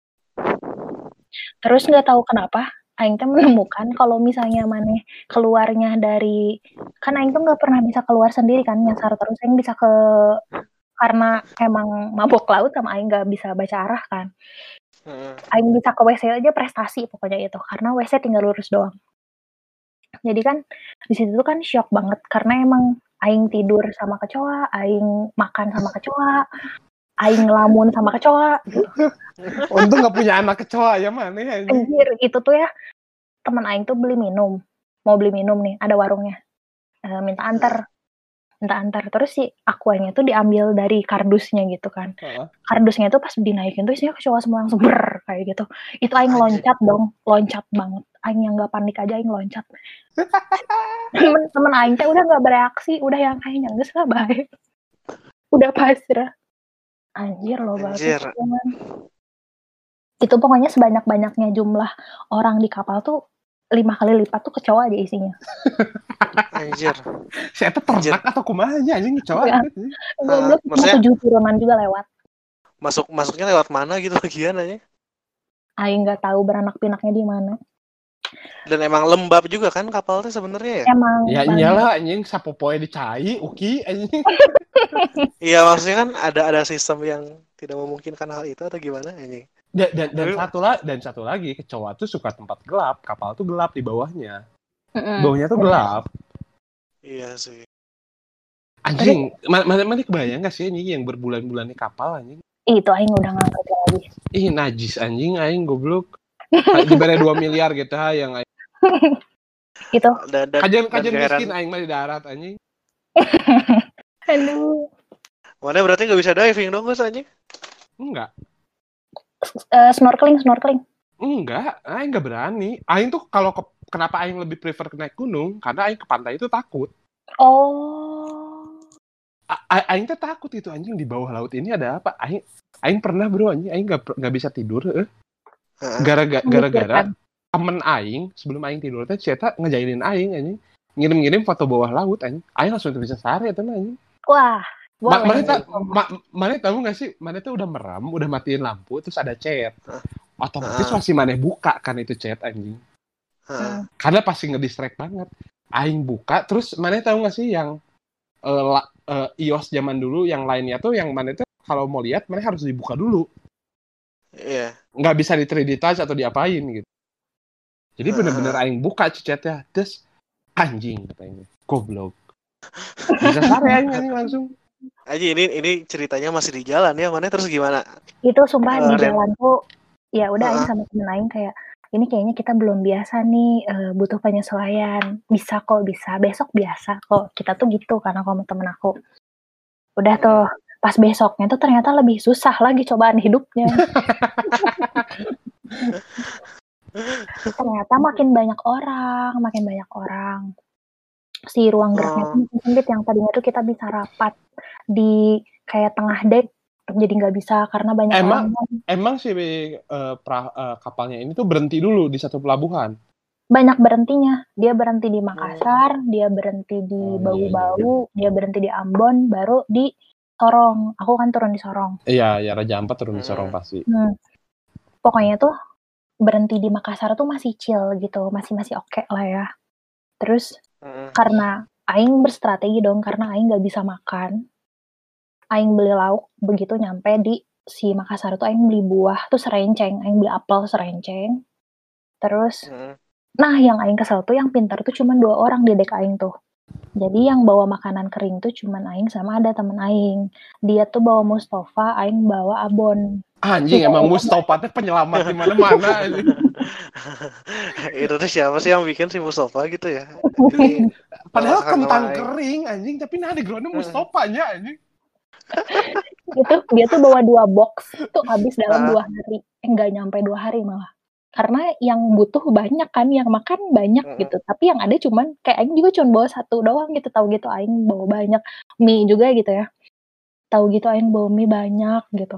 Terus enggak tahu kenapa aing tuh menemukan kalau misalnya maneh keluarnya dari kan aing tuh enggak pernah bisa keluar sendiri kan, nyasar terus aing bisa ke karena emang mabok laut sama aing enggak bisa baca arah kan. Aing bisa ke WC aja prestasi pokoknya itu karena WC tinggal lurus doang. Jadi kan di situ tuh kan shock banget karena emang aing tidur sama kecoa, aing makan sama kecoa, aing ngelamun sama kecoa. Untung nggak punya anak kecoa ya mana ya. Anjir itu tuh ya teman aing tuh mau beli minum nih ada warungnya, minta antar terus si aquanya tuh diambil dari kardusnya gitu kan. Kardusnya tuh pas dinaikin tuh isinya kecoa semua langsung kayak gitu. Itu aing loncat banget. Aing yang nggak panik aja aing loncat. Temen aing teh udah nggak bereaksi, udah yang kayaknya geus lah bae. Udah pasrah. Anjir loh banget. Itu pokoknya sebanyak-banyaknya jumlah orang di kapal tuh 5 kali lipat tuh kecoa aja isinya. Anjir. Saya ternak atau kumaha aja anjing kecoa. Maksudnya 7 turunan juga lewat. Masuknya lewat mana gitu bagian aja? Aing nggak tahu beranak pinaknya di mana. Dan emang lembab juga kan kapal tuh sebenarnya ya? Emang. Ya iyalah anjing sapopoe dicai, uki anjing. Iya maksudnya kan ada sistem yang tidak memungkinkan hal itu atau gimana anjing? Dan satu lagi kecoa tuh suka tempat gelap, kapal tuh gelap di bawahnya. Bawahnya tuh gelap. Iya sih. Anjing, mana kebayang nggak sih anjing yang berbulan-bulan di kapal anjing? Itu aing udah ngangkat lagi. Ih najis anjing, aing goblok. Diberi 2 miliar gitu ha yang aing. Itu. Kajian miskin aing mah di darat anjing. Aduh. Mana berarti nggak bisa diving dong Gus anjing? Enggak. Snorkeling. Enggak, aing nggak berani. Aing tuh kenapa aing lebih prefer ke naik gunung? Karena aing ke pantai itu takut. Oh. Aing tuh takut itu anjing di bawah laut ini ada apa? Aing pernah bro anjing, aing nggak bisa tidur. Gara-gara temen aing sebelum aing tidur teh cerita ngejailin aing anjing. Ngirim foto bawah laut anjing. Aing langsung bisa sehari itu anjing. Wah. Mana tahu nggak sih? Mana tuh udah meram, udah matiin lampu, terus ada chat. Otomatis masih mana buka kan itu chat anjing. Karena pasti ngedistract banget. Aing buka, terus mana tahu nggak sih yang iOS zaman dulu yang lainnya tuh yang mana tuh kalau mau lihat mana harus dibuka dulu. Iya. Nggak bisa di 3D touch atau diapain gitu. Jadi bener-bener aing buka chatnya, terus anjing katanya, goblok. Bisa sare anjing langsung. Aji ini ceritanya masih di jalan ya, mana terus gimana? Itu sumpah di jalan tuh ya udah aing sama temen aing kayak ini kayaknya kita belum biasa nih, butuh penyesuaian. Bisa kok, bisa. Besok biasa kok. Kita tuh gitu karena sama temen aku. Udah tuh, pas besoknya tuh ternyata lebih susah lagi cobaan hidupnya. Ternyata makin banyak orang. Si ruang geraknya tuh makin sempit, yang tadinya tuh kita bisa rapat di kayak tengah dek, jadi nggak bisa karena banyak orang. Emang si kapalnya ini tuh berhenti dulu di satu pelabuhan? Banyak berhentinya. Dia berhenti di Makassar, dia berhenti di Bau-Bau, dia berhenti di Ambon, baru di Sorong. Aku kan turun di Sorong. Iya, Raja Ampat turun di Sorong pasti. Pokoknya tuh berhenti di Makassar tuh masih chill gitu, masih oke lah ya. Terus karena Aing berstrategi dong, karena Aing nggak bisa makan. Aing beli lauk, begitu nyampe di si Makassar tuh Aing beli buah tuh serenceng, Aing beli apel serenceng. Terus, nah yang Aing kesel tuh yang pintar tuh cuma 2 orang di dek Aing tuh. Jadi yang bawa makanan kering tuh cuma Aing sama ada temen Aing. Dia tuh bawa Mustafa, Aing bawa Abon. Anjing, emang Mustafa tuh penyelamat di mana-mana. Itu tuh siapa sih yang bikin si Mustafa gitu ya? Padahal kentang kering anjing, tapi nah di groundnya Mustafanya anjing. Dia tuh bawa 2 box tuh habis dalam 2 hari. Enggak nyampe 2 hari malah. Karena yang butuh banyak kan, yang makan banyak gitu. Tapi yang ada cuman kayak Aing juga cuma bawa 1 doang gitu. Tahu gitu Aing bawa banyak mie juga gitu ya. Tahu gitu Aing bawa mie banyak gitu.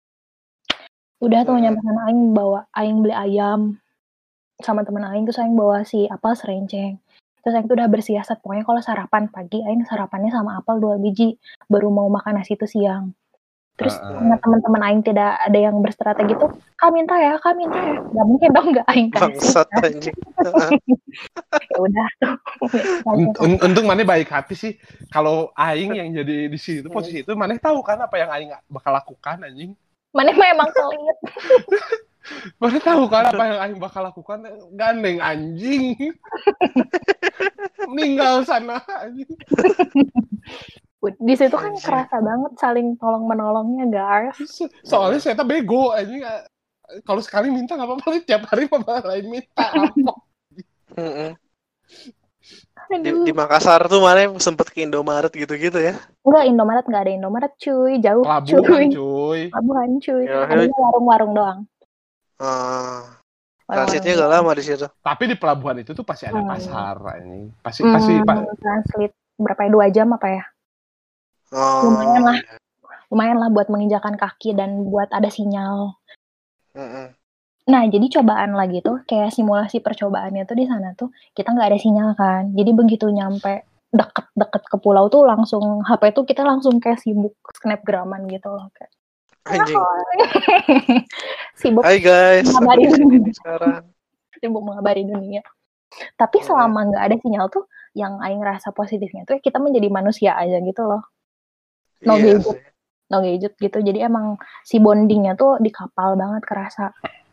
Udah tuh nyampe sana Aing beli ayam sama temen Aing, terus Aing bawa si apel serenceng. Terus Aing tuh udah bersiasat, pokoknya kalau sarapan pagi Aing sarapannya sama apel 2 biji, baru mau makan nasi itu siang. Terus karena teman-teman Aing tidak ada yang berstrategi tuh, Kak minta ya, nggak mungkin dong nggak Aing kasih. Bangsat anjing. Ya udah tuh. Untung Maneh baik hati sih. Kalau Aing yang jadi di situ posisi itu, Maneh tahu kan apa yang Aing bakal lakukan anjing. Maneh memang pelit. Maneh tahu kan apa yang Aing bakal lakukan? Gandeng anjing. Meninggal sana anjing. Di situ kan kerasa banget saling tolong menolongnya guys. Soalnya saya tuh bego anjing. Kalau sekali minta nggak apa-apa, tiap hari apa lain minta apa. Di Makassar tuh mana sempet ke Indomaret gitu-gitu ya? Enggak, Indomaret nggak ada Indomaret cuy, jauh cuy. Pelabuhan cuy. Adanya warung-warung doang. Transitnya gak lama di situ. Tapi di pelabuhan itu tuh pasti ada pasar ini. Pasti transit berapa 2 jam apa ya? Lumayan lah buat menginjakan kaki dan buat ada sinyal. Nah, jadi cobaan lagi tuh kayak simulasi percobaannya tuh di sana tuh kita nggak ada sinyal kan. Jadi begitu nyampe deket ke pulau tuh langsung HP tuh kita langsung kayak sibuk snapgraman gitu loh kayak. Anjing. Sibuk. Hai guys. Mengabari dunia sekarang. Sibuk mengabari dunia. Tapi selama nggak ada sinyal tuh, yang Aing rasa positifnya tuh kita menjadi manusia aja gitu loh. No gadget gitu. Jadi emang si bondingnya tuh di kapal banget kerasa.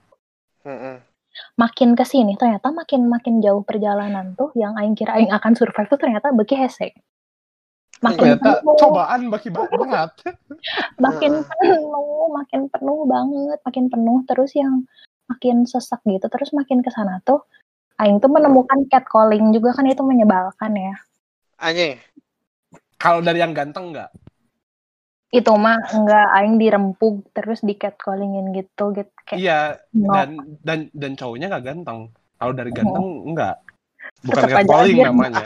Makin kesini ternyata makin jauh perjalanan tuh yang Aing kira Aing akan survive tuh ternyata beki hese. Ternyata cobaan baki banget. makin penuh banget, makin penuh terus yang makin sesak gitu, terus makin kesana tuh Aing tuh menemukan catcalling juga kan, itu menyebalkan ya. Anjing. Kalau dari yang ganteng enggak? Itu mah enggak, Aing dirempug terus di catcallingin gitu kayak. Iya, dan cowoknya enggak ganteng. Kalau dari ganteng enggak. Bukan catcalling namanya.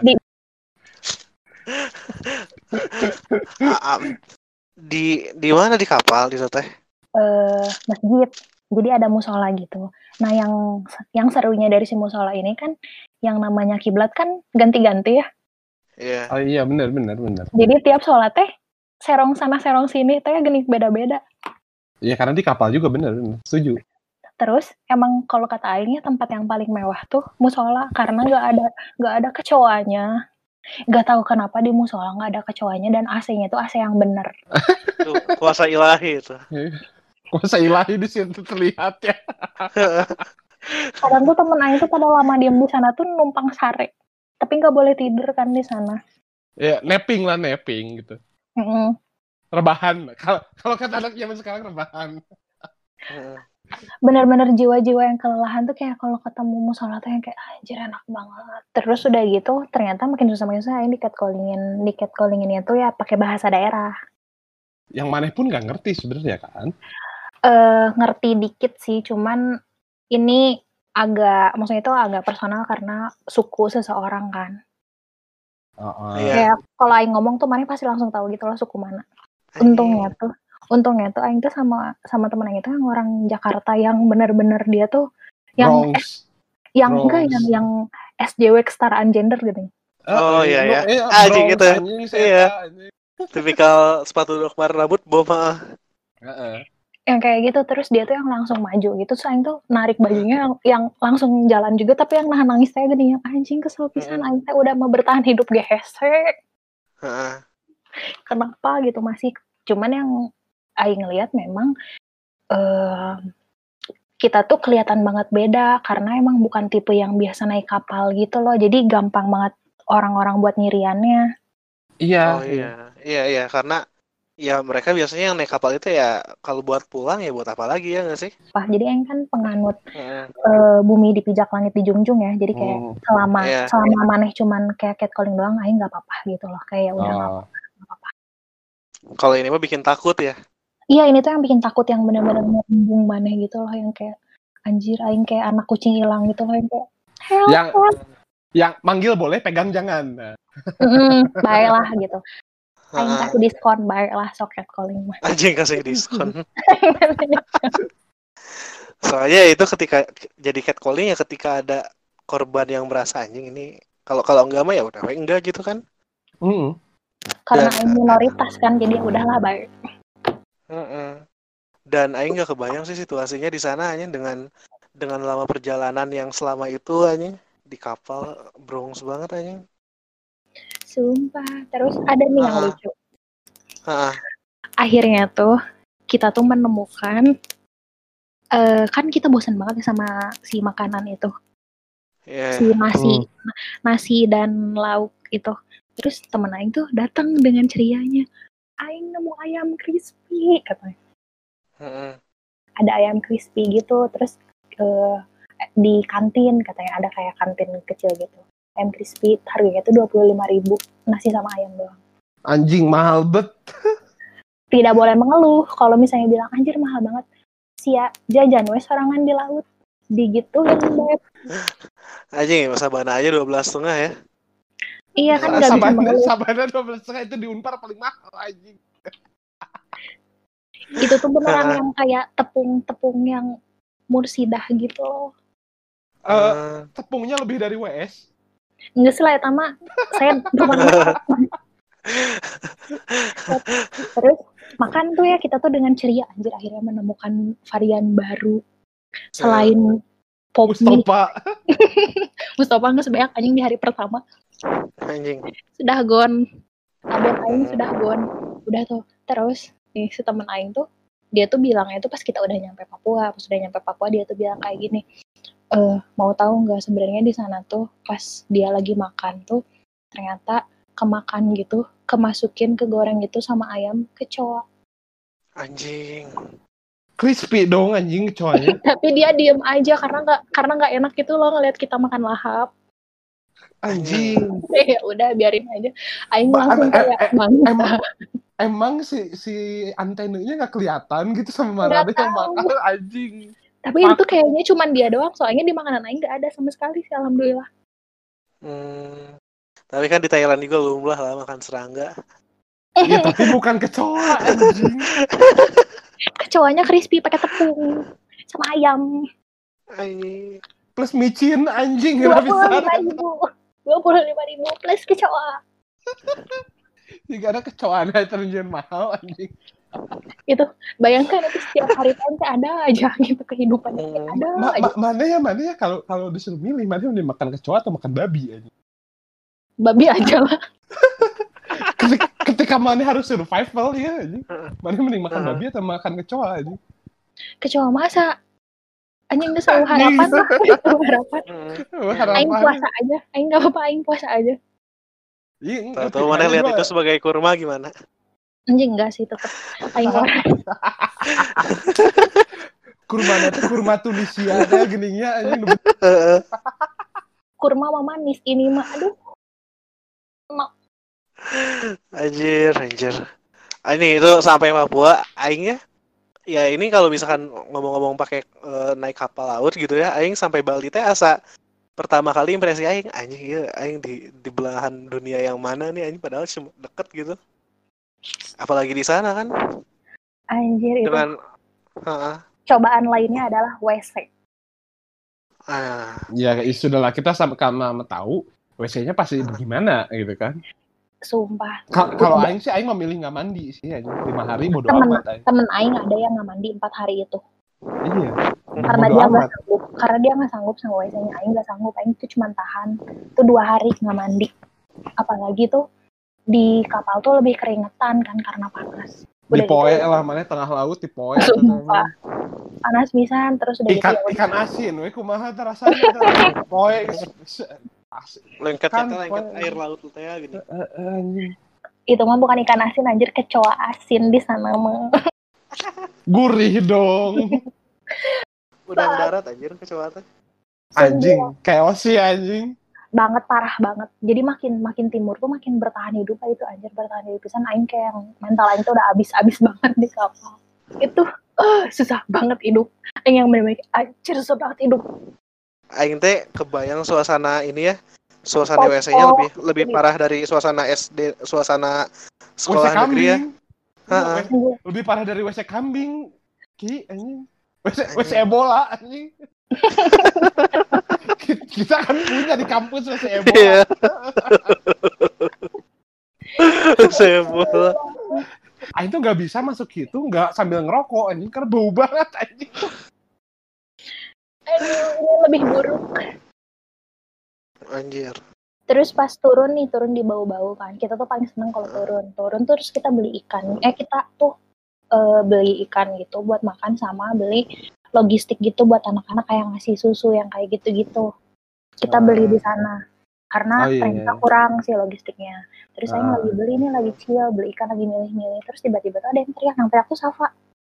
Di mana di kapal di teh? Masjid. Jadi ada musola gitu. Nah, yang serunya dari si musola ini kan yang namanya kiblat kan ganti-ganti ya. Iya. Oh iya, benar. Jadi tiap sholat teh serong sana serong sini teh gini beda-beda. Iya, karena di kapal juga benar. Setuju. Terus emang kalau kata Aingnya tempat yang paling mewah tuh musola karena nggak ada kecoanya. Nggak tahu kenapa di musola nggak ada kecoanya dan AC-nya tuh AC yang bener. Tuh, kuasa ilahi itu. Kuasa ilahi di situ terlihat ya. Kadang tuh temen Aing tuh pada lama diem di sana tuh numpang sare, tapi nggak boleh tidur kan di sana. Ya napping gitu. Rebahan. Kalau kata anak zaman sekarang rebahan. Bener-bener jiwa-jiwa yang kelelahan tuh kayak kalau ketemu musola tuh yang kayak anjir enak banget. Terus udah gitu ternyata makin susah aing di catcallinginnya tuh ya pakai bahasa daerah. Yang maneh pun nggak ngerti sebenarnya kan? Ngerti dikit sih, cuman ini maksudnya itu agak personal karena suku seseorang kan. Kayak kalau aing ngomong tuh maneh pasti langsung tahu gitu loh suku mana. Untungnya tuh aing tuh sama temen aing itu yang orang Jakarta yang bener-bener dia tuh yang enggak yang SJW kesetaraan gender gitu. Oh iya ya. Anjing gitu. Iya. Tipikal sepatu dokter rambut boma. Yang kayak gitu terus dia tuh yang langsung maju gitu. So aing tuh narik bajunya yang langsung jalan juga tapi yang nahan nangis saya gini yang anjing kesel pisan aing teh udah mau bertahan hidup ge hese. Kenapa gitu masih cuman yang aing ngelihat memang kita tuh kelihatan banget beda karena emang bukan tipe yang biasa naik kapal gitu loh. Jadi gampang banget orang-orang buat nyiriannya. Iya. Oh iya karena ya mereka biasanya yang naik kapal itu ya kalau buat pulang ya buat apa lagi ya nggak sih? Jadi aing kan penganut bumi dipijak langit dijunjung ya. Jadi kayak selama maneh cuman kayak catcalling doang aing nggak apa-apa gitu loh. Kayak udah nggak apa-apa. Kalau ini mah bikin takut ya? Iya ini tuh yang bikin takut yang benar-benar nyambung maneh gitu loh yang kayak anjir aing kayak anak kucing hilang gitu loh yang kayak yang manggil boleh pegang jangan. Baiklah gitu. Aing kasih diskon baiklah sok catcalling mah. Anjing kasih diskon. Soalnya itu ketika jadi catcalling ya ketika ada korban yang merasa anjing ini kalau enggak mah ya udah enggak gitu kan? Karena aing minoritas kan jadi udahlah baik. Dan aing nggak kebayang sih situasinya di sana hanya dengan lama perjalanan yang selama itu hanya di kapal brongs banget anjing. Sumpah. Terus ada nih yang lucu. Akhirnya tuh kita tuh menemukan kan kita bosan banget sama si makanan itu. Si nasi dan lauk itu. Terus temen aing tuh datang dengan cerianya. Aing nemu ayam crispy katanya. Ada ayam crispy gitu. Terus di kantin katanya ada kayak kantin kecil gitu. Ayam crispy harganya tuh 25.000 nasi sama ayam doang. Anjing mahal bet. Tidak boleh mengeluh kalau misalnya bilang anjir mahal banget. Sia jajan we sorangan di laut. Digituin beb. Anjing Sabana aja 12,5 ya. Iya kan enggak bisa mengeluh. Sabana 12,5 itu di Unpar paling mahal anjing. Itu tuh beneran yang kayak tepung yang mursidah gitu loh. Tepungnya lebih dari WS. Enggak sih lah, Tama. Saya terus makan tuh ya kita tuh dengan ceria anjir akhirnya menemukan varian baru selain pop mie. Mustafa nggak sebanyak anjing di hari pertama. Anjing. Sudah gone. Abon aing sudah gone. Udah tuh. Terus nih si teman aing tuh dia tuh bilangnya tuh pas kita udah nyampe Papua, dia tuh bilang kayak gini. Mau tahu nggak sebenarnya di sana tuh pas dia lagi makan tuh ternyata kemakan gitu, kemasukin ke goreng gitu sama ayam kecoa. Anjing. Crispy dong anjing kecoanya. Tapi dia diem aja karena nggak enak gitu loh ngeliat kita makan lahap. Anjing. Ya udah biarin aja. Aing langsung kayak emang si antenanya nggak kelihatan gitu sama Marade yang makan anjing. Tapi itu kayaknya cuma dia doang, soalnya di makanan Aing nggak ada sama sekali sih, alhamdulillah. Tapi kan di Thailand juga lumrah lah makan serangga. Iya tapi bukan kecoa anjing. Kecoanya crispy pakai tepung sama ayam. Anjing. Plus micin anjing. 25.000 plus kecoa. Jika ada kecoa ada terjun mahal anjing. Itu bayangkan itu setiap hari nanti ada aja gitu kehidupannya ada aja. Mana ya kalau disuruh milih mana yang makan kecoa atau makan babi aja. Babi aja lah. ketika mana harus survival ya aja. Mana mending makan babi atau makan kecoa aja. Kecoa masa anjing udah selalu harapan lah. Harapan. Aing puasa aja. Aing enggak apa-apa aing puasa aja. Iya, tahu mana lihat itu sebagai kurma gimana? Anjing enggak sih tetap aing orang. Kurmana tuh kurma Tunisia teh geningnya anjing. Kurma mah manis ini mah aduh. Anjir. Ini itu sampai Papua aingnya ya ini kalau misalkan ngomong-ngomong pakai naik kapal laut gitu ya, aing sampai Bali teh asa pertama kali impresi aing anjing ya aing di belahan dunia yang mana nih anjing padahal cuma deket gitu. Apalagi di sana kan. Anjir dengan cobaan lainnya adalah WC. Ya sudahlah kita sama tahu WC-nya pasti gimana gitu kan. Sumpah. Kalau aing sih aing memilih nggak mandi sih anjing 5 hari bodo amat aing. Temen aing ada yang nggak mandi 4 hari itu. Iya. Karena dia nggak sanggup sama WC-nya. Aing nggak sanggup, aing tuh cuma tahan itu 2 hari nggak mandi. Apalagi tuh di kapal tuh lebih keringetan kan karena panas. Di poe gitu, lah mana tengah laut di poe. Panas pisan terus udah ikan asin we kumaha rasanya poe lengket air laut teh gini. Itu mah bukan ikan asin anjir, kecoa asin di sana mah. Gurih dong. Udang darat anjir kecoa teh. Anjing, chaos sih anjing. Banget, parah banget. Jadi makin timur tuh makin bertahan hidup itu anjir, bertahan hidup pisan. Aing kayak yang mental aing tuh udah abis banget di kapal. Itu susah banget hidup. Aing yang bener-bener anjir susah banget hidup. Aing teh kebayang suasana ini ya. Suasana WC-nya lebih parah dari suasana SD, suasana sekolah WC negeri ya. Lebih parah dari WC kambing. Ki anjing. WC Ebola anjing. Kita kan punya di kampus WC Ebola. Iya. WC Ebola. Aing tuh nggak bisa masuk gitu nggak sambil ngerokok anjing karena bau banget anjing. Aduh, ini lebih buruk. Anjir. Terus pas turun di bau-bau kan. Kita tuh paling seneng kalau turun terus kita beli ikan. Kita tuh beli ikan gitu buat makan sama beli logistik gitu buat anak-anak kayak ngasih susu yang kayak gitu-gitu. Kita beli di sana. Karena ternyata kurang sih logistiknya. Terus saya lagi beli chill, beli ikan lagi milih-milih. Terus tiba-tiba tuh ada yang teriak tuh Safa.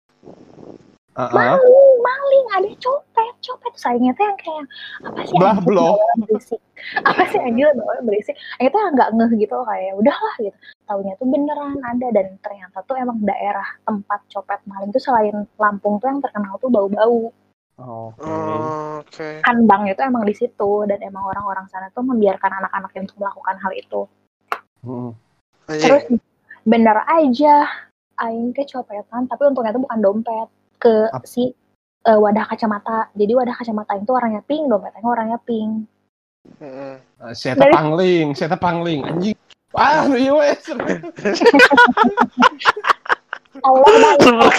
Maling, ada copet. Sayangnya tuh yang kayak apa sih berisik. Apa sih anjir berisik. Itu nggak ngeh gitu kayak udahlah gitu. Taunya tuh beneran ada dan ternyata tuh emang daerah tempat copet maling tuh selain Lampung tuh yang terkenal tuh bau-bau. Okay. Kan bank itu emang di situ dan emang orang-orang sana tuh membiarkan anak-anaknya untuk melakukan hal itu. Terus bener aja aing kecopetan tapi untungnya itu bukan dompet ke si wadah kacamata. Jadi wadah kacamata itu warnanya pink, dompetnya warnanya pink. Saya pangling anjing. Iya wes. Allah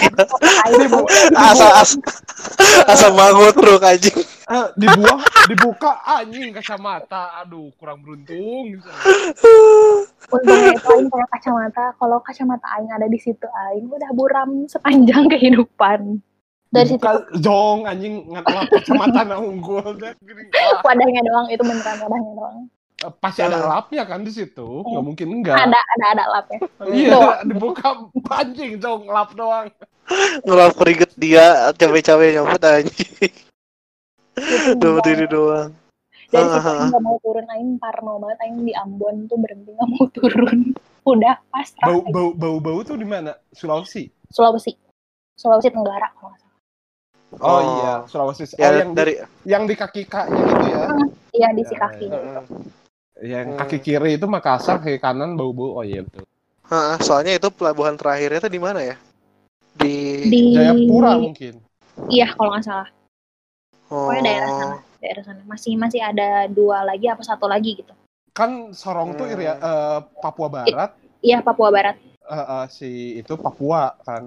asal mangut truk anjing. Dibuka anjing kacamata. Aduh, kurang beruntung. Untungnya itu aing punya kacamata. Kalau kacamata aing ada di situ aing udah buram sepanjang kehidupan. Dari situ jong anjing ngelap kacamata na unggul. Wadahnya doang itu beneran wadahnya doang. Pasti ada lapnya kan di situ, nggak mungkin enggak. Ada lapnya. Iya, dibuka anjing dong, lap doang. Ngelap keringet dia, cabe-cabe nyambut anjing. Udah berdiri doang. Dari situ nggak mau turun, aing parno banget, aing di Ambon tuh berhenti nggak mau turun. Udah pasrah. Bau tuh di mana? Sulawesi Tenggara kalau nggak salah. Oh iya, Sulawesi. Yang di kaki kaknya gitu ya? Iya di si kaki. Yang kaki kiri itu Makassar, kaki kanan bau-bau. Oh iya betul. Soalnya itu pelabuhan terakhirnya tuh di mana ya? Di Jayapura mungkin. Iya kalau nggak salah. Pokoknya daerah sana. Masih ada 2 lagi apa 1 lagi gitu. Kan Sorong tuh Papua Barat. Iya Papua Barat. Si itu Papua kan.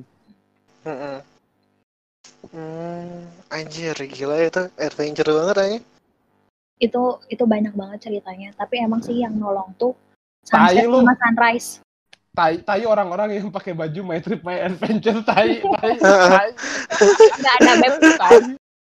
Anjir gila itu adventure banget aja. Itu banyak banget ceritanya, tapi emang sih yang nolong tuh sunset sama sunrise. Tai orang-orang yang pakai baju My Trip My Adventure tai. Nggak ada map kan.